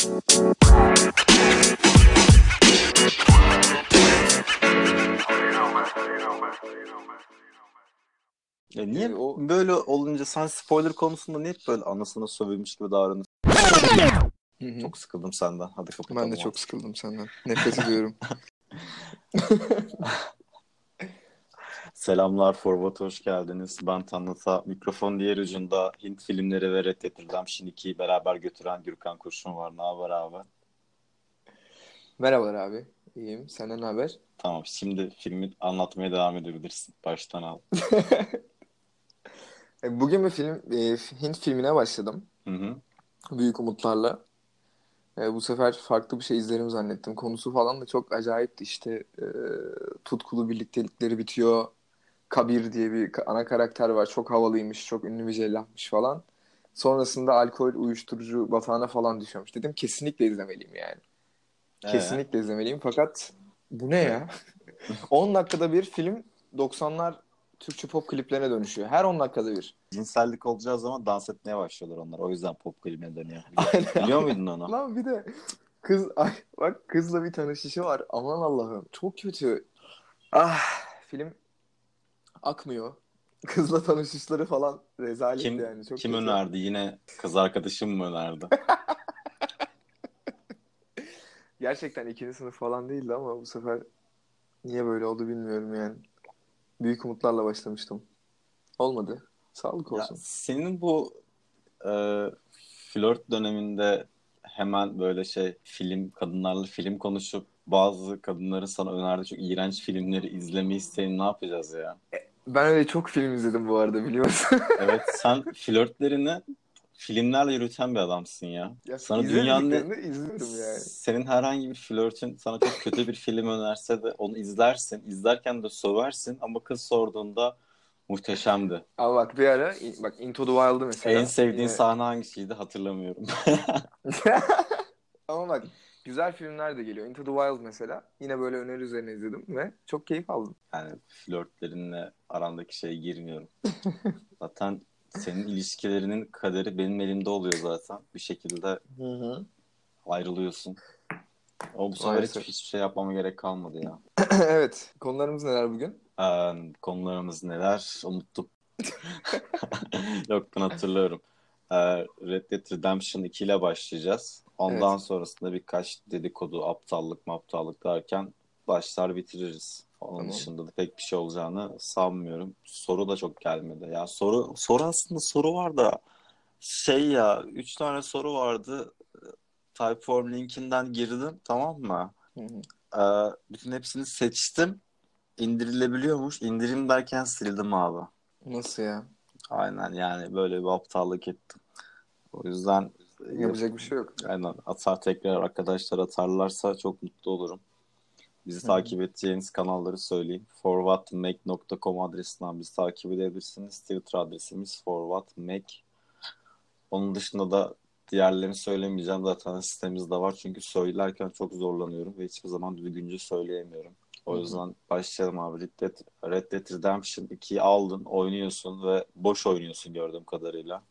Ya niye O böyle olunca sen spoiler konusunda niye hep böyle anasını sövülmüş gibi davranıyorsun? Hı hı. Çok sıkıldım senden. Hadi Ben de kapatalım çok artık. sıkıldım senden. Nefret ediyorum. Selamlar Forvat, hoş geldiniz. Ben Tanrıta. Mikrofon diğer ucunda Hint filmleri ve Red Dead Redemption 2'yi beraber götüren Gürkan Kurşun var. Ne haber abi? Merhabalar abi. İyiyim. Senden ne haber? Tamam, şimdi filmi anlatmaya devam edebilirsin. Baştan al. Bugün Hint filmine başladım. Hı hı. Büyük umutlarla. Bu sefer farklı bir şey izlerim zannettim. Konusu falan da çok acayipti. İşte tutkulu birliktelikleri bitiyor. Kabir diye bir ana karakter var. Çok havalıymış, çok ünlü bir cellahmış falan. Sonrasında alkol, uyuşturucu batağına falan düşüyormuş. Dedim kesinlikle izlemeliyim yani. Ee, Kesinlikle izlemeliyim. Fakat bu ne ya? 10 dakikada bir film 90'lar Türkçe pop kliplerine dönüşüyor. Her 10 dakikada bir. cinsellik olacağı zaman dans etmeye başlıyorlar onlar. O yüzden pop klibine dönüyor. Aynen, Biliyor aynen. muydun onu? Lan bir de bak kızla bir tanışışı var. Aman Allah'ım çok kötü. Ah, film akmıyor. Kızla tanışışları falan rezalet Kim yani çok kim kötü. önerdi? Yine kız arkadaşım mı önerdi? Gerçekten ikinci sınıf falan değildi ama bu sefer niye böyle oldu bilmiyorum yani. Büyük umutlarla başlamıştım. Olmadı. Sağlık Ya olsun. senin bu e, flört döneminde hemen böyle kadınlarla film konuşup bazı kadınların sana önerdiği çok iğrenç filmleri izlemeyi senin ne yapacağız ya? Ben öyle çok film izledim bu arada biliyor musun? Evet, sen flörtlerini filmlerle yürüten bir adamsın ya. Ya Sana dünyanın izlemediklerini izliyorum yani. senin herhangi bir flörtün sana çok kötü bir film önerse de onu izlersin. İzlerken de söversin ama kız sorduğunda muhteşemdi. Ama bak bir ara bak Into the Wild'ı En mesela sevdiğin yine sahne hangisiydi hatırlamıyorum. ama bak güzel filmler de geliyor. Into the Wild mesela yine böyle öneri üzerine izledim ve çok keyif aldım. Yani flörtlerinle arandaki şeye girmiyorum. Zaten senin ilişkilerinin kaderi benim elimde oluyor zaten. Bir şekilde Hı hı. ayrılıyorsun. O bu sefer Maalesef. hiçbir şey yapmama gerek kalmadı ya. Evet. Konularımız neler bugün? Konularımız neler? Unuttum. Yok, ben hatırlıyorum. Red Dead Redemption 2 ile başlayacağız. Ondan Evet. sonrasında birkaç dedikodu, aptallık derken başlar bitiririz. Onun Tamam. dışında da pek bir şey olacağını sanmıyorum. Soru da çok gelmedi. Ya soru aslında soru var da ya 3 tane soru vardı. Typeform linkinden girdim, tamam mı? Hı hı. Bütün hepsini seçtim. İndirilebiliyormuş. İndirim derken sildim abi. Nasıl ya? Aynen, yani böyle bir aptallık ettim. O yüzden Yapacak bir şey yok. aynen, tekrar arkadaşlar atarlarsa çok mutlu olurum. Bizi Hı hı. takip edeceğiniz kanalları söyleyeyim. forwardmake.com adresinden bizi takip edebilirsiniz. Twitter adresimiz forwardmake. Onun dışında da diğerlerini söylemeyeceğim. Zaten sitemizde var. Çünkü söylerken çok zorlanıyorum ve hiçbir zaman düzgünce söyleyemiyorum. Hı O hı. yüzden başlayalım abi. Red Dead Redemption 2'yi aldın, oynuyorsun ve boş oynuyorsun gördüğüm kadarıyla.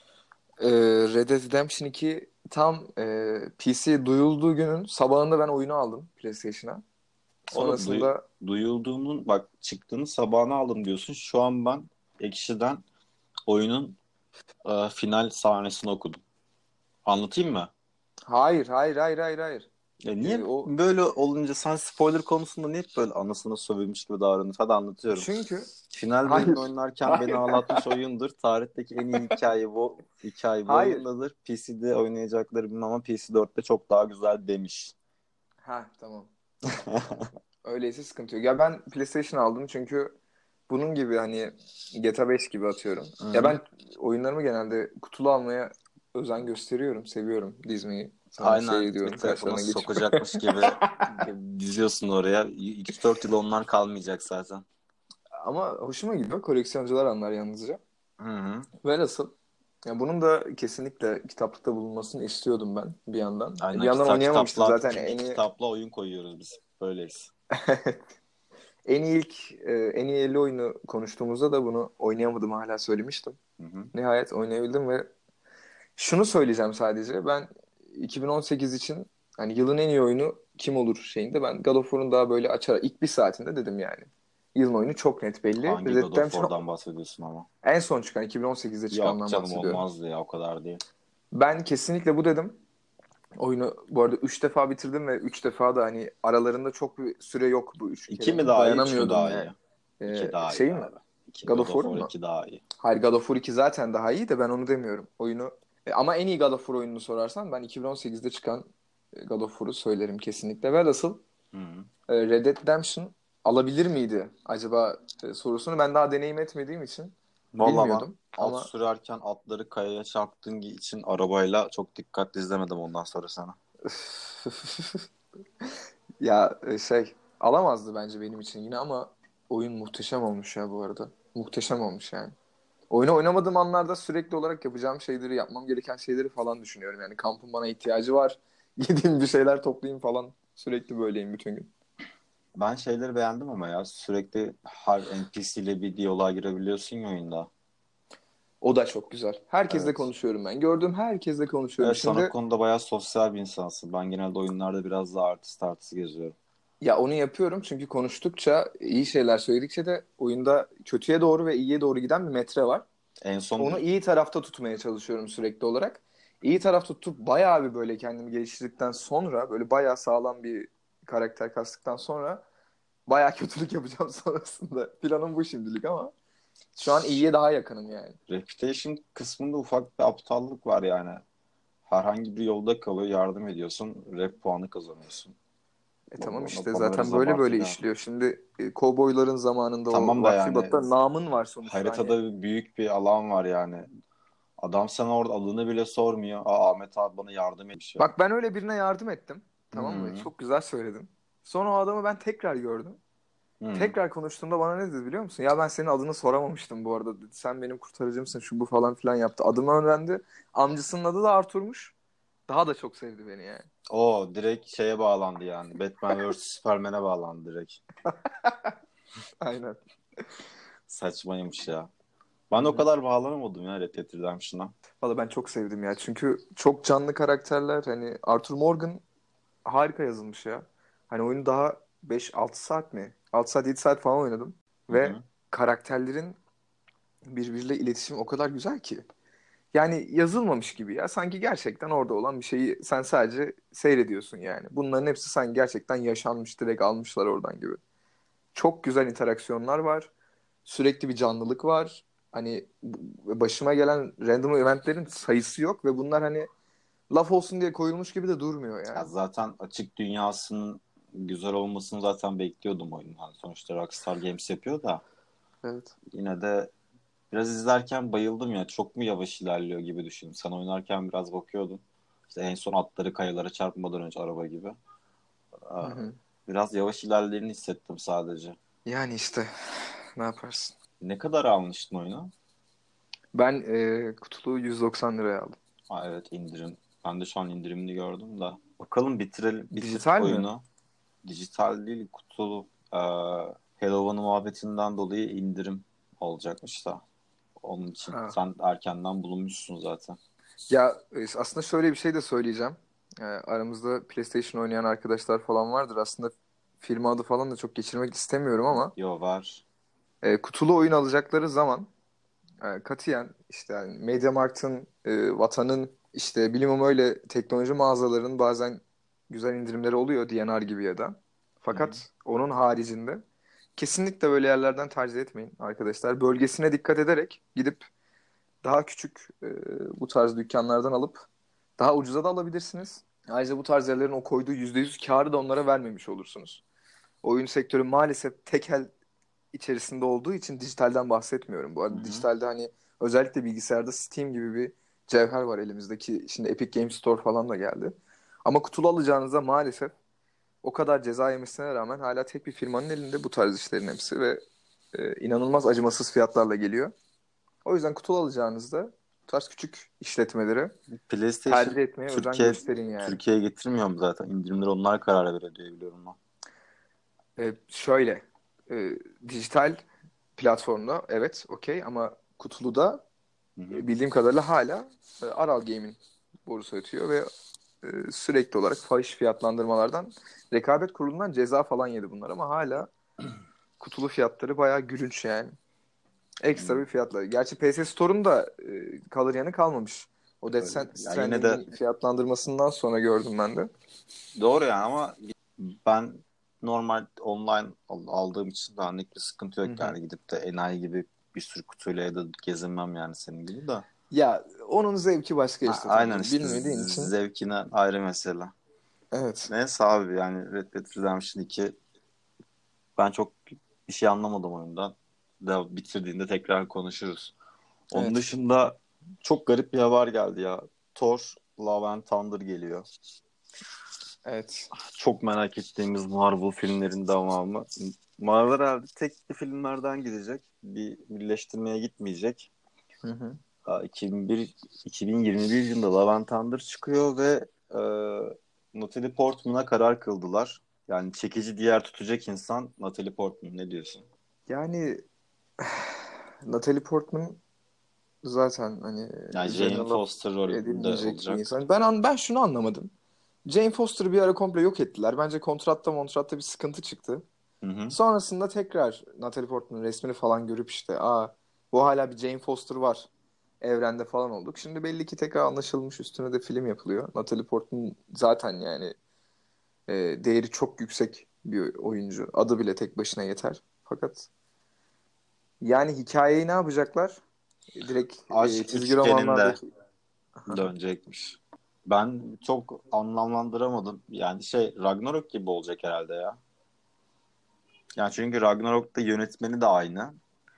Red Dead Redemption 2 tam PC duyulduğu günün sabahında ben oyunu aldım PlayStation'a. Oğlum Sonrasında duyulduğunun bak çıktığını sabahına aldım diyorsun. Şu an ben Ekşi'den oyunun final sahnesini okudum. Anlatayım mı? hayır hayır hayır hayır hayır. Ya niye O böyle olunca sen spoiler konusunda niye hep böyle anasına sövülmüş gibi davranıyorsun? Hadi anlatıyorum. çünkü Final bölümünü hayır oynarken beni hayır ağlatmış oyundur. Tarihteki en iyi hikaye bu hayır. oyundadır. PC'de oynayacakları bilmem ama PC4'te çok daha güzel demiş. Ha tamam. Öyleyse sıkıntı yok. Ya ben PlayStation aldım çünkü bunun gibi hani GTA 5 gibi atıyorum. Hı Ya hı. ben oyunlarımı genelde kutulu almaya özen gösteriyorum. Seviyorum dizmeyi. Sonra Aynen, şey bir ediyorum telefona karşılarına geçip. sokacakmış gibi diziyorsun oraya. 3-4 yıl onlar kalmayacak zaten. Ama hoşuma gidiyor. Koleksiyoncular anlar yalnızca. Hı hı. Velhasıl ya bunun da kesinlikle kitaplıkta bulunmasını istiyordum ben bir yandan. Bir Aynen, yandan oynayamamıştım kitapla zaten en iyi kitapla oyun koyuyoruz biz. Böyleyiz. en iyi 50 oyunu konuştuğumuzda da bunu oynayamadım hala söylemiştim. Hı hı. Nihayet oynayabildim ve şunu söyleyeceğim sadece. Ben 2018 için hani yılın en iyi oyunu kim olur şeyinde ben God of War'un daha böyle açar ilk bir saatinde dedim yani. Yılın oyunu çok net belli. Hangi God of Redemption War'dan bahsediyorsun ama? en son çıkan 2018'de Yok çıkandan canım, bahsediyorum. olmazdı ya, o kadar değil. Ben kesinlikle bu dedim. Oyunu bu arada 3 defa bitirdim ve 3 defa da hani aralarında çok bir süre yok bu 3 İki mi kerenin. daha iyi, üç mü Dayanamıyordum daha yani. iyi? İki daha iyi Şey mi? abi. İki, God God of of War'un War mu? 2 daha iyi. Hayır God of War 2 zaten daha iyi de ben onu demiyorum. Oyunu ama en iyi God of War oyununu sorarsan ben 2018'de çıkan God of War'u söylerim kesinlikle. Ve nasıl Hı. Red Dead Redemption alabilir miydi acaba sorusunu ben daha deneyim etmediğim için Valla ben bilmiyordum. at Ama sürerken atları kayaya çarptığın için arabayla çok dikkatli izlemedim ondan sonra sana. ya şey alamazdı bence benim için yine ama oyun muhteşem olmuş ya bu arada. Muhteşem olmuş yani. Oyunu oynamadığım anlarda sürekli olarak yapacağım şeyleri, yapmam gereken şeyleri falan düşünüyorum. Yani kampın bana ihtiyacı var. Gideyim bir şeyler toplayayım falan. Sürekli böyleyim bütün gün. Ben şeyleri beğendim ama ya, sürekli her NPC ile bir diyaloğa girebiliyorsun ya oyunda. O da çok güzel. Herkesle Evet. konuşuyorum ben. Gördüğüm herkesle konuşuyorum. Evet, sana Şimdi konuda bayağı sosyal bir insansın. Ben genelde oyunlarda biraz daha artist artist geziyorum. ya onu yapıyorum çünkü konuştukça, iyi şeyler söyledikçe de oyunda kötüye doğru ve iyiye doğru giden bir metre var. En son Onu iyi tarafta tutmaya çalışıyorum sürekli olarak. İyi tarafta tutup bayağı bir böyle kendimi geliştirdikten sonra böyle bayağı sağlam bir karakter kastıktan sonra bayağı kötülük yapacağım sonrasında. Planım bu şimdilik ama şu an iyiye daha yakınım yani. Reputation kısmında ufak bir aptallık var yani. Herhangi bir yolda kalıyor, yardım ediyorsun, rep puanı kazanıyorsun. Tamam işte Bana zaten biraz böyle abartı böyle geldi. işliyor. Şimdi kovboyların zamanında o Tamam da Vahşi yani Batı'da namın var sonuçta hani. haritada büyük bir alan var yani. Adam sana orada adını bile sormuyor. Aa, Ahmet abi bana yardım etmiş ya. Bak ben öyle birine yardım ettim. Tamam mı? Hı Çok güzel söyledin. Sonra o adamı ben tekrar gördüm. hı. Tekrar konuştuğumda bana ne dedi biliyor musun? Ya ben senin adını soramamıştım bu arada dedi. Sen benim kurtarıcımsın şu bu falan filan yaptı. Adımı öğrendi. Amcasının adı da Arthur'muş. Daha da çok sevdi beni yani. O direkt şeye bağlandı yani. Batman vs Superman'e bağlandı direkt. Aynen. Saçmaymış ya. Hı Ben o hı. kadar bağlanamadım ya Red Dead Redemption'a. Valla ben çok sevdim ya. Çünkü çok canlı karakterler. Hani Arthur Morgan harika yazılmış ya. Hani oyunu daha 5-6 saat mi? 6 saat 7 saat falan oynadım. Hı Ve hı. karakterlerin birbiriyle iletişimi o kadar güzel ki. Yani yazılmamış gibi ya. Sanki gerçekten orada olan bir şeyi sen sadece seyrediyorsun yani. Bunların hepsi sanki gerçekten yaşanmış, direkt almışlar oradan gibi. Çok güzel interaksiyonlar var. Sürekli bir canlılık var. Hani başıma gelen random eventlerin sayısı yok ve bunlar hani laf olsun diye koyulmuş gibi de durmuyor Ya yani. zaten açık dünyasının güzel olmasını zaten bekliyordum oyunun. Hani sonuçta Rockstar Games yapıyor da Evet. yine de biraz izlerken bayıldım ya. Çok mu yavaş ilerliyor gibi düşündüm. Sen oynarken biraz bakıyordum. İşte en son atları kayalara çarpmadan önce araba gibi. Hı Aa, hı. biraz yavaş ilerlediğini hissettim sadece. Yani işte ne yaparsın? Ne kadar almıştın oyunu? Ben kutuluğu 190 liraya aldım. Ha, evet, indirim. Ben de şu an indirimini gördüm de. Bakalım bitirelim, bitir Dijital mi? oyunu. Dijital değil, kutulu. Hello'nun muhabbetinden dolayı indirim olacakmış da. Onun için. Ha. Sen erkenden bulunmuşsun zaten. Ya aslında şöyle bir şey de söyleyeceğim. Aramızda PlayStation oynayan arkadaşlar falan vardır. Aslında firma adı falan da çok geçirmek istemiyorum ama Yo, var. kutulu oyun alacakları zaman katiyen işte yani MediaMarkt'ın, Vatan'ın işte bilimum öyle teknoloji mağazalarının bazen güzel indirimleri oluyor DNR gibi ya da. Hı hı. Fakat onun haricinde kesinlikle böyle yerlerden tercih etmeyin arkadaşlar. Bölgesine dikkat ederek gidip daha küçük bu tarz dükkanlardan alıp daha ucuza da alabilirsiniz. Ayrıca bu tarz yerlerin o koyduğu %100 karı da onlara vermemiş olursunuz. Oyun sektörü maalesef tekel içerisinde olduğu için dijitalden bahsetmiyorum. Bu Hı arada hı. dijitalde hani özellikle bilgisayarda Steam gibi bir cevher var elimizdeki. Şimdi Epic Games Store falan da geldi. Ama kutulu alacağınızda maalesef o kadar ceza yemesine rağmen hala tek bir firmanın elinde bu tarz işlerin hepsi ve inanılmaz acımasız fiyatlarla geliyor. O yüzden kutulu alacağınızda bu tarz küçük işletmeleri tercih PlayStation etmeye özen gösterin yani. Türkiye'ye getirmiyor mu zaten? İndirimleri onlar karar veriyor diye biliyorum ben. Şöyle dijital platformda evet okey ama kutulu da Hı hı. bildiğim kadarıyla hala Aral Game'in borusu ötüyor ve sürekli olarak fahiş fiyatlandırmalardan, rekabet kurulundan ceza falan yedi bunlar ama hala kutulu fiyatları bayağı gülünç yani. Ekstra Hmm, bir fiyatla. Gerçi PS Store'un da kalır yanı kalmamış. O Death öyle. Ya yine de Stranding'in fiyatlandırmasından sonra gördüm ben de. doğru yani ama ben normal online aldığım için benlik bir sıkıntı Hı yok hı. yani gidip de enayi gibi bir sürü kutuyla ya da gezinmem yani senin gibi de. Ya onun zevki başka işte Aynen tabii. işte Bilmediğin için. zevkine ayrı mesele. Evet. Neyse abi yani Red Dead Redemption 2 ben çok bir şey anlamadım oyundan. Bitirdiğinde tekrar konuşuruz. Onun Evet. dışında çok garip bir haber geldi ya. Thor Love and Thunder geliyor. Evet. Çok merak ettiğimiz Marvel filmlerin devamı. Marvel herhalde tek bir filmlerden gidecek. Bir birleştirmeye gitmeyecek. Hı hı. 2021 yılında Love and Thunder çıkıyor ve Natalie Portman'a karar kıldılar. Yani çekici diğer tutacak insan Natalie Portman. Ne diyorsun? Yani Natalie Portman zaten hani Yani üzerine Jane laf Foster rolünde edilmeyecek bir olacak. insan. Ben şunu anlamadım. Jane Foster'ı bir ara komple yok ettiler. Bence kontratta bir sıkıntı çıktı. Hı hı. Sonrasında tekrar Natalie Portman'ın resmini falan görüp işte bu hala bir Jane Foster var evrende falan olduk. Şimdi belli ki tekrar anlaşılmış, üstüne de film yapılıyor. Natalie Portman zaten yani değeri çok yüksek bir oyuncu. Adı bile tek başına yeter. Fakat yani hikayeyi ne yapacaklar? Direkt Aşk çizgi üçgeninde romanlardaki. dönecekmiş. Ben çok anlamlandıramadım. Yani Ragnarok gibi olacak herhalde ya. Yani çünkü Ragnarok'ta yönetmeni de aynı.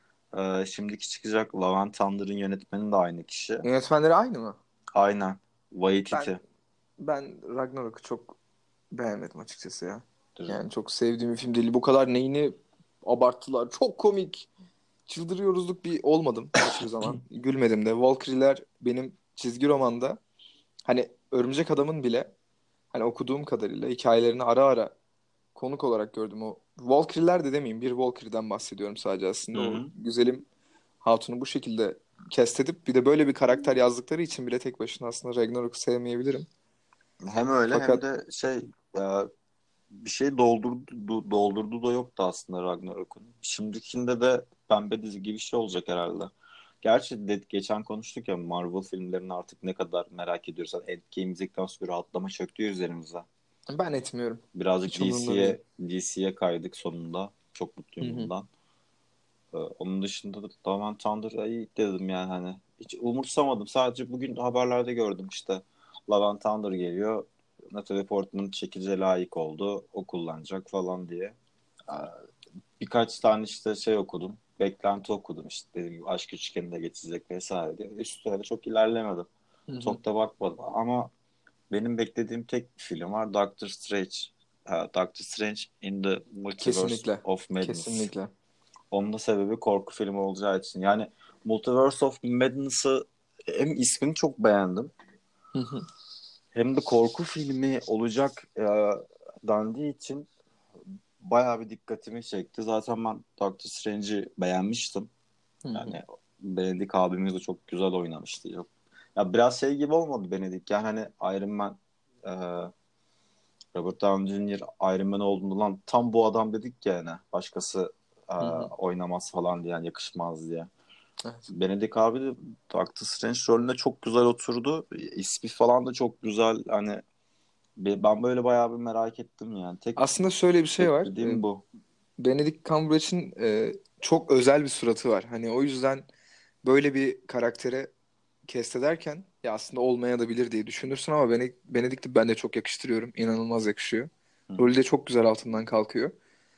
Şimdiki çıkacak Love and Thunder'ın yönetmeni de aynı kişi. Yönetmenleri aynı mı? Aynen. Ben Waititi. ben Ragnarok'u çok beğenmedim açıkçası ya. Yani çok sevdiğim bir film değil. Bu kadar neyini abarttılar. Çok komik. Çıldırıyoruzluk bir olmadım hiçbir zaman. Gülmedim de. Valkyrie'ler benim çizgi romanda hani Örümcek Adam'ın bile hani okuduğum kadarıyla hikayelerini ara ara konuk olarak gördüm. O Valkyrie'ler de demeyeyim. Bir Valkyrie'den bahsediyorum sadece aslında. Hı O hı. güzelim hatunu bu şekilde kestedip bir de böyle bir karakter yazdıkları için bile tek başına aslında Ragnarok'u sevmeyebilirim. Hem öyle hem Fakat de e, bir şey doldurdu da yoktu aslında Ragnarok'un. Şimdikinde de pembe dizi gibi bir şey olacak herhalde. Gerçi geçen konuştuk ya Marvel filmlerini artık ne kadar merak ediyoruz. Yani Endgame izledikten sonra rahatlama çöktü ya üzerimize. ben etmiyorum. Birazcık Hiç umurumda değil. DC'ye kaydık sonunda. Çok Hı mutluyum hı. bundan. Onun dışında da Dawn Thunder'ı dedim yani hani. Hiç umursamadım. Sadece bugün haberlerde gördüm işte. Love and Thunder geliyor. Natalie Portman çekice layık oldu. O kullanacak falan diye. Ee, Birkaç tane işte okudum. Beklenti okudum işte dediğim gibi aşk üçgeninde geçecek vesaire diye. Üstüne de çok ilerlemedim. Hı hı. Çok da bakmadım. Ama benim beklediğim tek bir film var. Doctor Strange. Doctor Strange in the Multiverse Kesinlikle. of Madness. Kesinlikle. Onun da sebebi korku filmi olacağı için. Yani Multiverse of Madness'ı hem ismini çok beğendim Hı hı. hem de korku filmi olacak dendiği için bayağı bir dikkatimi çekti. Zaten ben Doctor Strange'i beğenmiştim. Hı hı. Yani Benedict abimiz de çok güzel oynamıştı. Yok. Ya biraz gibi olmadı Benedict. Yani hani Iron Man e, Robert Downey Jr. Iron Man olduğunda lan tam bu adam dedik ya yani. Başkası Hı hı. oynamaz falan diye yani yakışmaz diye. Evet. Benedict abi de Doctor Strange rolüne çok güzel oturdu. İsmi falan da çok güzel. Hani ben böyle bayağı bir merak ettim yani. Tek Aslında şöyle bir şey var. beklediğim bu. Benedict Cumberbatch'in çok özel bir suratı var. Hani o yüzden böyle bir karaktere cast ederken ya aslında olmaya da bilir diye düşünürsün ama Benedict'i ben de çok yakıştırıyorum. İnanılmaz yakışıyor. Hı hı. Rolü de çok güzel altından kalkıyor.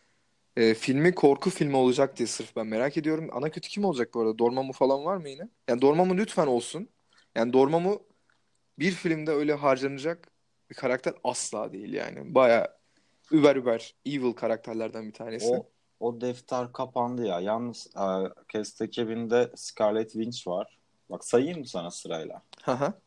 Filmi korku filmi olacak diye sırf ben merak ediyorum. Ana kötü kim olacak bu arada? Dormammu falan var mı yine? Yani Dormammu lütfen olsun. Yani Dormammu bir filmde öyle harcanacak bir karakter asla değil yani. Baya über evil karakterlerden bir tanesi. O o defter kapandı ya. Yalnız cast ekibinde Scarlett Witch var. Bak sayayım mı sana sırayla? Haha.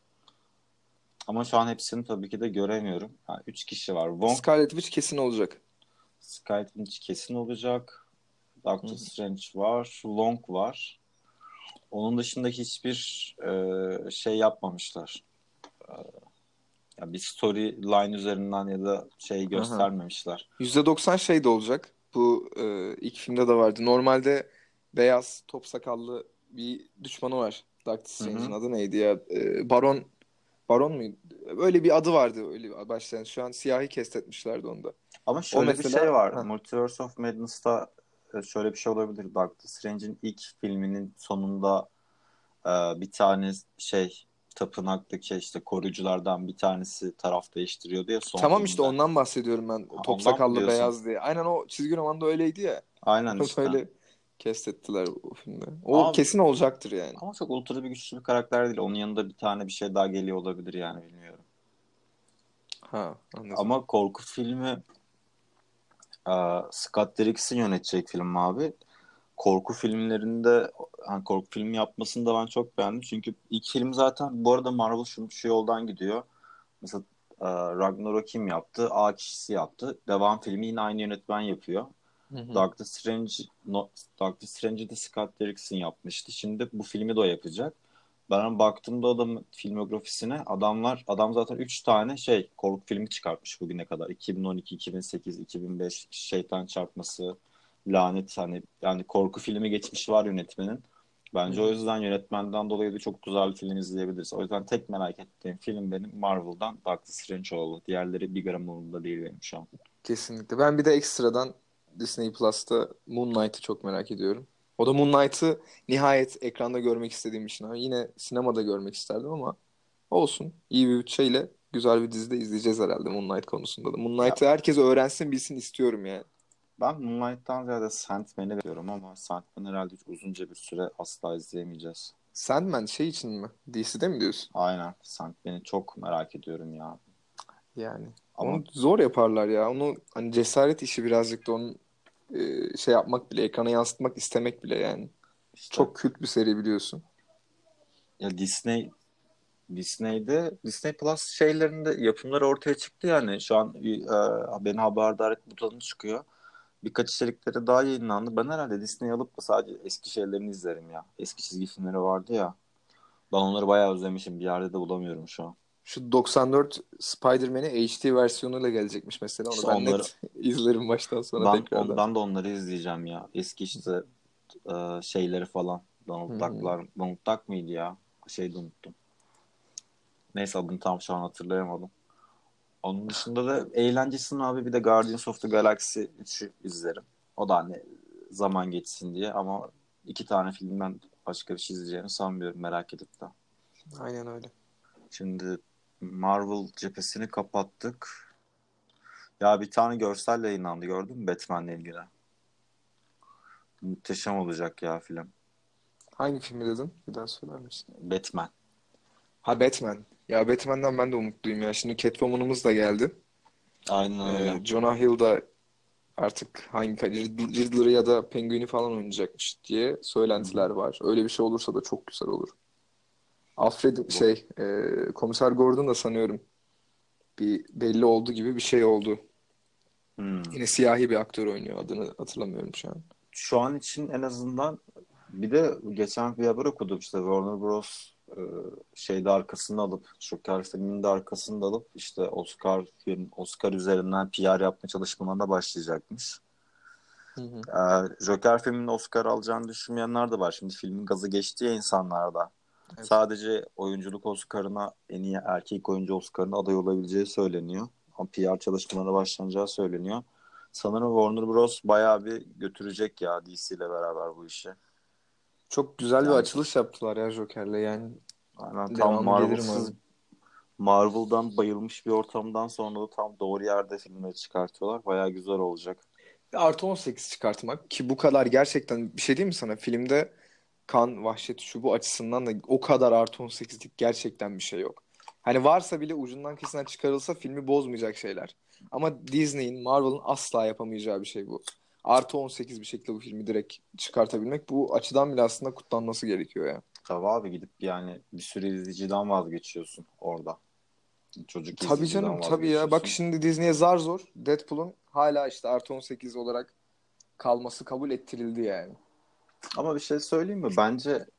Ama şu an hepsini tabii ki de göremiyorum. Üç kişi var. Wong, Scarlet Witch kesin olacak. Scarlett Witch kesin olacak. Hı Doctor hı. Strange var. Long var. Onun dışında hiçbir yapmamışlar. Ya bir storyline üzerinden ya da şey Aha. göstermemişler. %90 şey de olacak. Bu ilk filmde de vardı. Normalde beyaz top sakallı bir düşmanı var. Doctor Hı Strange'in hı. adı neydi ya? Baron muydu? Öyle bir adı vardı öyle başlayan. Şu an siyahi kestetmişlerdi onda. Ama O şöyle bir şey mesela var. heh, Multiverse of Madness'ta şöyle bir şey olabilir. Doctor Strange'in ilk filminin sonunda bir tane şey tapınaktaki işte koruyuculardan bir tanesi taraf değiştiriyordu ya son tamam işte filmde. ondan bahsediyorum ben. Ha, Top ondan mı sakallı diyorsun? beyaz diye. Aynen o çizgi romanda öyleydi ya. Aynen Onu işte. öyle kestettiler o filmde. O Ama, kesin olacaktır yani. ama çok ultra bir güçlü bir karakter değil. Onun yanında bir tane bir şey daha geliyor olabilir yani bilmiyorum. Ha, anladım. Ama korku filmi Scott Derrickson yönetecek film abi. Korku filmlerinde hani korku filmi yapmasını da ben çok beğendim. Çünkü ilk film zaten bu arada Marvel şu yoldan gidiyor. Mesela Ragnarok kim yaptı? A kişisi yaptı. Devam filmi yine aynı yönetmen yapıyor. Hı hı. Doctor Strange, Doctor Strange'i de Scott Derrickson yapmıştı. Şimdi bu filmi de o yapacak. Ben baktığımda adamın filmografisine adam zaten 3 tane şey korku filmi çıkartmış bugüne kadar. 2012, 2008, 2005 Şeytan Çarpması, Lanet hani yani korku filmi geçmişi var yönetmenin. Hı Bence o hı. yüzden yönetmenden dolayı da çok güzel bir film izleyebiliriz. O yüzden tek merak ettiğim film benim Marvel'dan Doctor Strange oldu. Diğerleri bir gram umurumda değil benim şu an. Kesinlikle. Ben bir de ekstradan Disney Plus'ta Moon Knight'ı çok merak ediyorum. O da Moon Knight'ı nihayet ekranda görmek istediğim için. Ha, yine sinemada görmek isterdim ama olsun. İyi bir bütçeyle güzel bir dizide izleyeceğiz herhalde Moon Knight konusunda da. Moon Ya Knight'ı herkes öğrensin bilsin istiyorum yani. ben Moonlight'tan ziyade Sandman'i bekliyorum ama Sandman herhalde hiç uzunca bir süre asla izleyemeyeceğiz. Sandman şey için mi? DC'de mi diyorsun? Aynen. Sandman'i çok merak ediyorum ya. Yani. Ama Onu zor yaparlar ya. Onu hani cesaret işi birazcık da onun şey yapmak bile, ekrana yansıtmak istemek bile yani. işte Çok kült bir seri biliyorsun. ya Disney Plus şeylerinde yapımları ortaya çıktı yani. Şu an beni haberdar et butonu çıkıyor. Birkaç içerikleri daha yayınlandı. Ben herhalde Disney alıp da sadece eski şeylerini izlerim ya. Eski çizgi filmleri vardı ya. Ben onları bayağı özlemişim. Bir yerde de bulamıyorum şu an. Şu 94 Spider-Man'i HD versiyonuyla gelecekmiş mesela. Onu İşte ben onları net izlerim baştan sona ben tekrardan. ben de onları izleyeceğim ya. Eski işte şeyleri falan. Hı Donald hı. Duck'lar. Donald Duck mıydı ya? Şeyi de unuttum. Neyse adını tam şu an hatırlayamadım. Onun dışında da eğlencesinin abi bir de Guardians of the Galaxy 3'ü izlerim. O da hani zaman geçsin diye ama iki tane filmden başka bir şey izleyeceğimi sanmıyorum merak edip de. Aynen öyle. Şimdi Marvel cephesini kapattık. Ya bir tane görsel yayınlandı gördün mü Batman'le ilgili? Muhteşem olacak ya film. Hangi filmi dedin? Bir daha söyler misin? Batman. Ha, Batman. Ya Batman'den ben de umutluyum ya. Şimdi Catwoman'ımız da geldi. Aynen öyle. Jonah Hill da artık Riddler'ı ya da Penguin'i falan oynayacakmış diye Hı hı. söylentiler var. Öyle bir şey olursa da çok güzel olur. Alfred Bu. Komiser Gordon da sanıyorum bir belli oldu gibi bir şey oldu. Hmm. Yine siyahi bir aktör oynuyor. Adını hatırlamıyorum şu an. Şu an için en azından bir de geçen bir haber okudum işte Warner Bros. Şeyde arkasını alıp Joker filminin de arkasını alıp işte Oscar üzerinden PR yapma çalışmalarına başlayacakmış. Hı hı. Joker filminin Oscar alacağını düşünmeyenler de var. Şimdi filmin gazı geçti ya insanlarda. Evet. Sadece oyunculuk Oscar'ına en iyi erkek oyuncu Oscar'ına aday olabileceği söyleniyor. Ama PR çalışmalarına başlanacağı söyleniyor. Sanırım Warner Bros. Bayağı bir götürecek ya DC ile beraber bu işi. Çok güzel bir Yani açılış yaptılar ya Joker'le. Yani aynen tam devamı gelir umarım. Marvel'dan bayılmış bir ortamdan sonra da tam doğru yerde filmleri çıkartıyorlar. Bayağı güzel olacak. Artı 18 çıkartmak ki bu kadar gerçekten bir şey diyeyim mi sana? Filmde kan, vahşet şu bu açısından da o kadar artı 18'lik gerçekten bir şey yok. Hani varsa bile ucundan kıyısından çıkarılsa filmi bozmayacak şeyler. Ama Disney'in, Marvel'ın asla yapamayacağı bir şey bu. Artı 18 bir şekilde bu filmi direkt çıkartabilmek bu açıdan bile aslında kutlanması gerekiyor ya. Tabii abi gidip yani bir sürü izleyiciden vazgeçiyorsun orada. Çocuk Tabii canım izleyiciden tabii ya. Bak vazgeçiyorsun. şimdi Disney'e zar zor Deadpool'un hala işte artı 18 olarak kalması kabul ettirildi yani. Ama bir şey söyleyeyim mi? Bence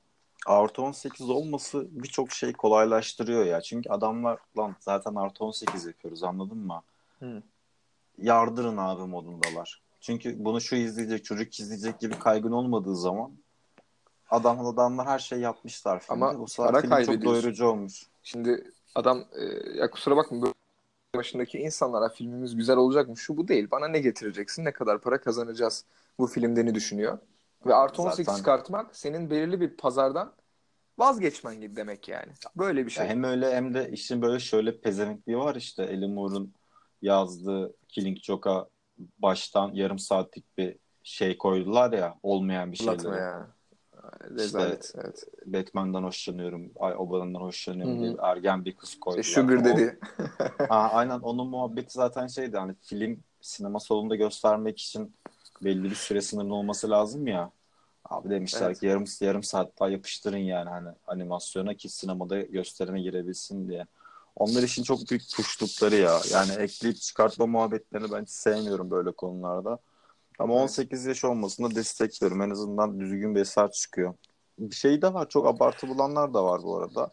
Artı 18 olması birçok şey kolaylaştırıyor ya. Çünkü adamlar lan zaten artı 18 yapıyoruz, anladın mı? Hı. Yardırın abi modundalar. Çünkü bunu şu izleyecek, çocuk izleyecek gibi kaygın olmadığı zaman adamlar her şeyi yapmışlar filmde. Ama Bu sefer para film çok kaybediyorsun. doyurucu olmuş. Şimdi adam ya kusura bakma, böyle başındaki insanlara filmimiz güzel olacak mı? Şu bu değil. Bana ne getireceksin? Ne kadar para kazanacağız bu filmden düşünüyor. Ve artı 18 Zaten çıkartmak senin belirli bir pazardan vazgeçmen gibi demek yani. Böyle bir ya şey. hem öyle hem de işin böyle şöyle pezevenkliği var işte. Alan Moore'un yazdığı Killing Joke'a baştan yarım saatlik bir şey koydular ya, olmayan bir Anlatma şeyleri. ya. İşte Rezalet. Evet. Batman'dan hoşlanıyorum, ay Oba'dan Hı hoşlanıyorum diye hı. bir ergen bir kız İşte koydular Sugar falan. dedi. Aynen onun muhabbeti zaten şeydi, hani film sinema salonunda göstermek için belli bir süre sınırlı olması lazım ya. Abi demişler ki Evet. yarım saat daha yapıştırın yani hani animasyona ki sinemada gösterime girebilsin diye. Onlar için çok büyük tuşlukları ya. Yani ekleyip çıkartma muhabbetlerini ben hiç sevmiyorum böyle konularda. Ama Evet. 18 yaş olmasını da destekliyorum. En azından düzgün bir eser çıkıyor. Bir şey de var. Çok abartı bulanlar da var bu arada.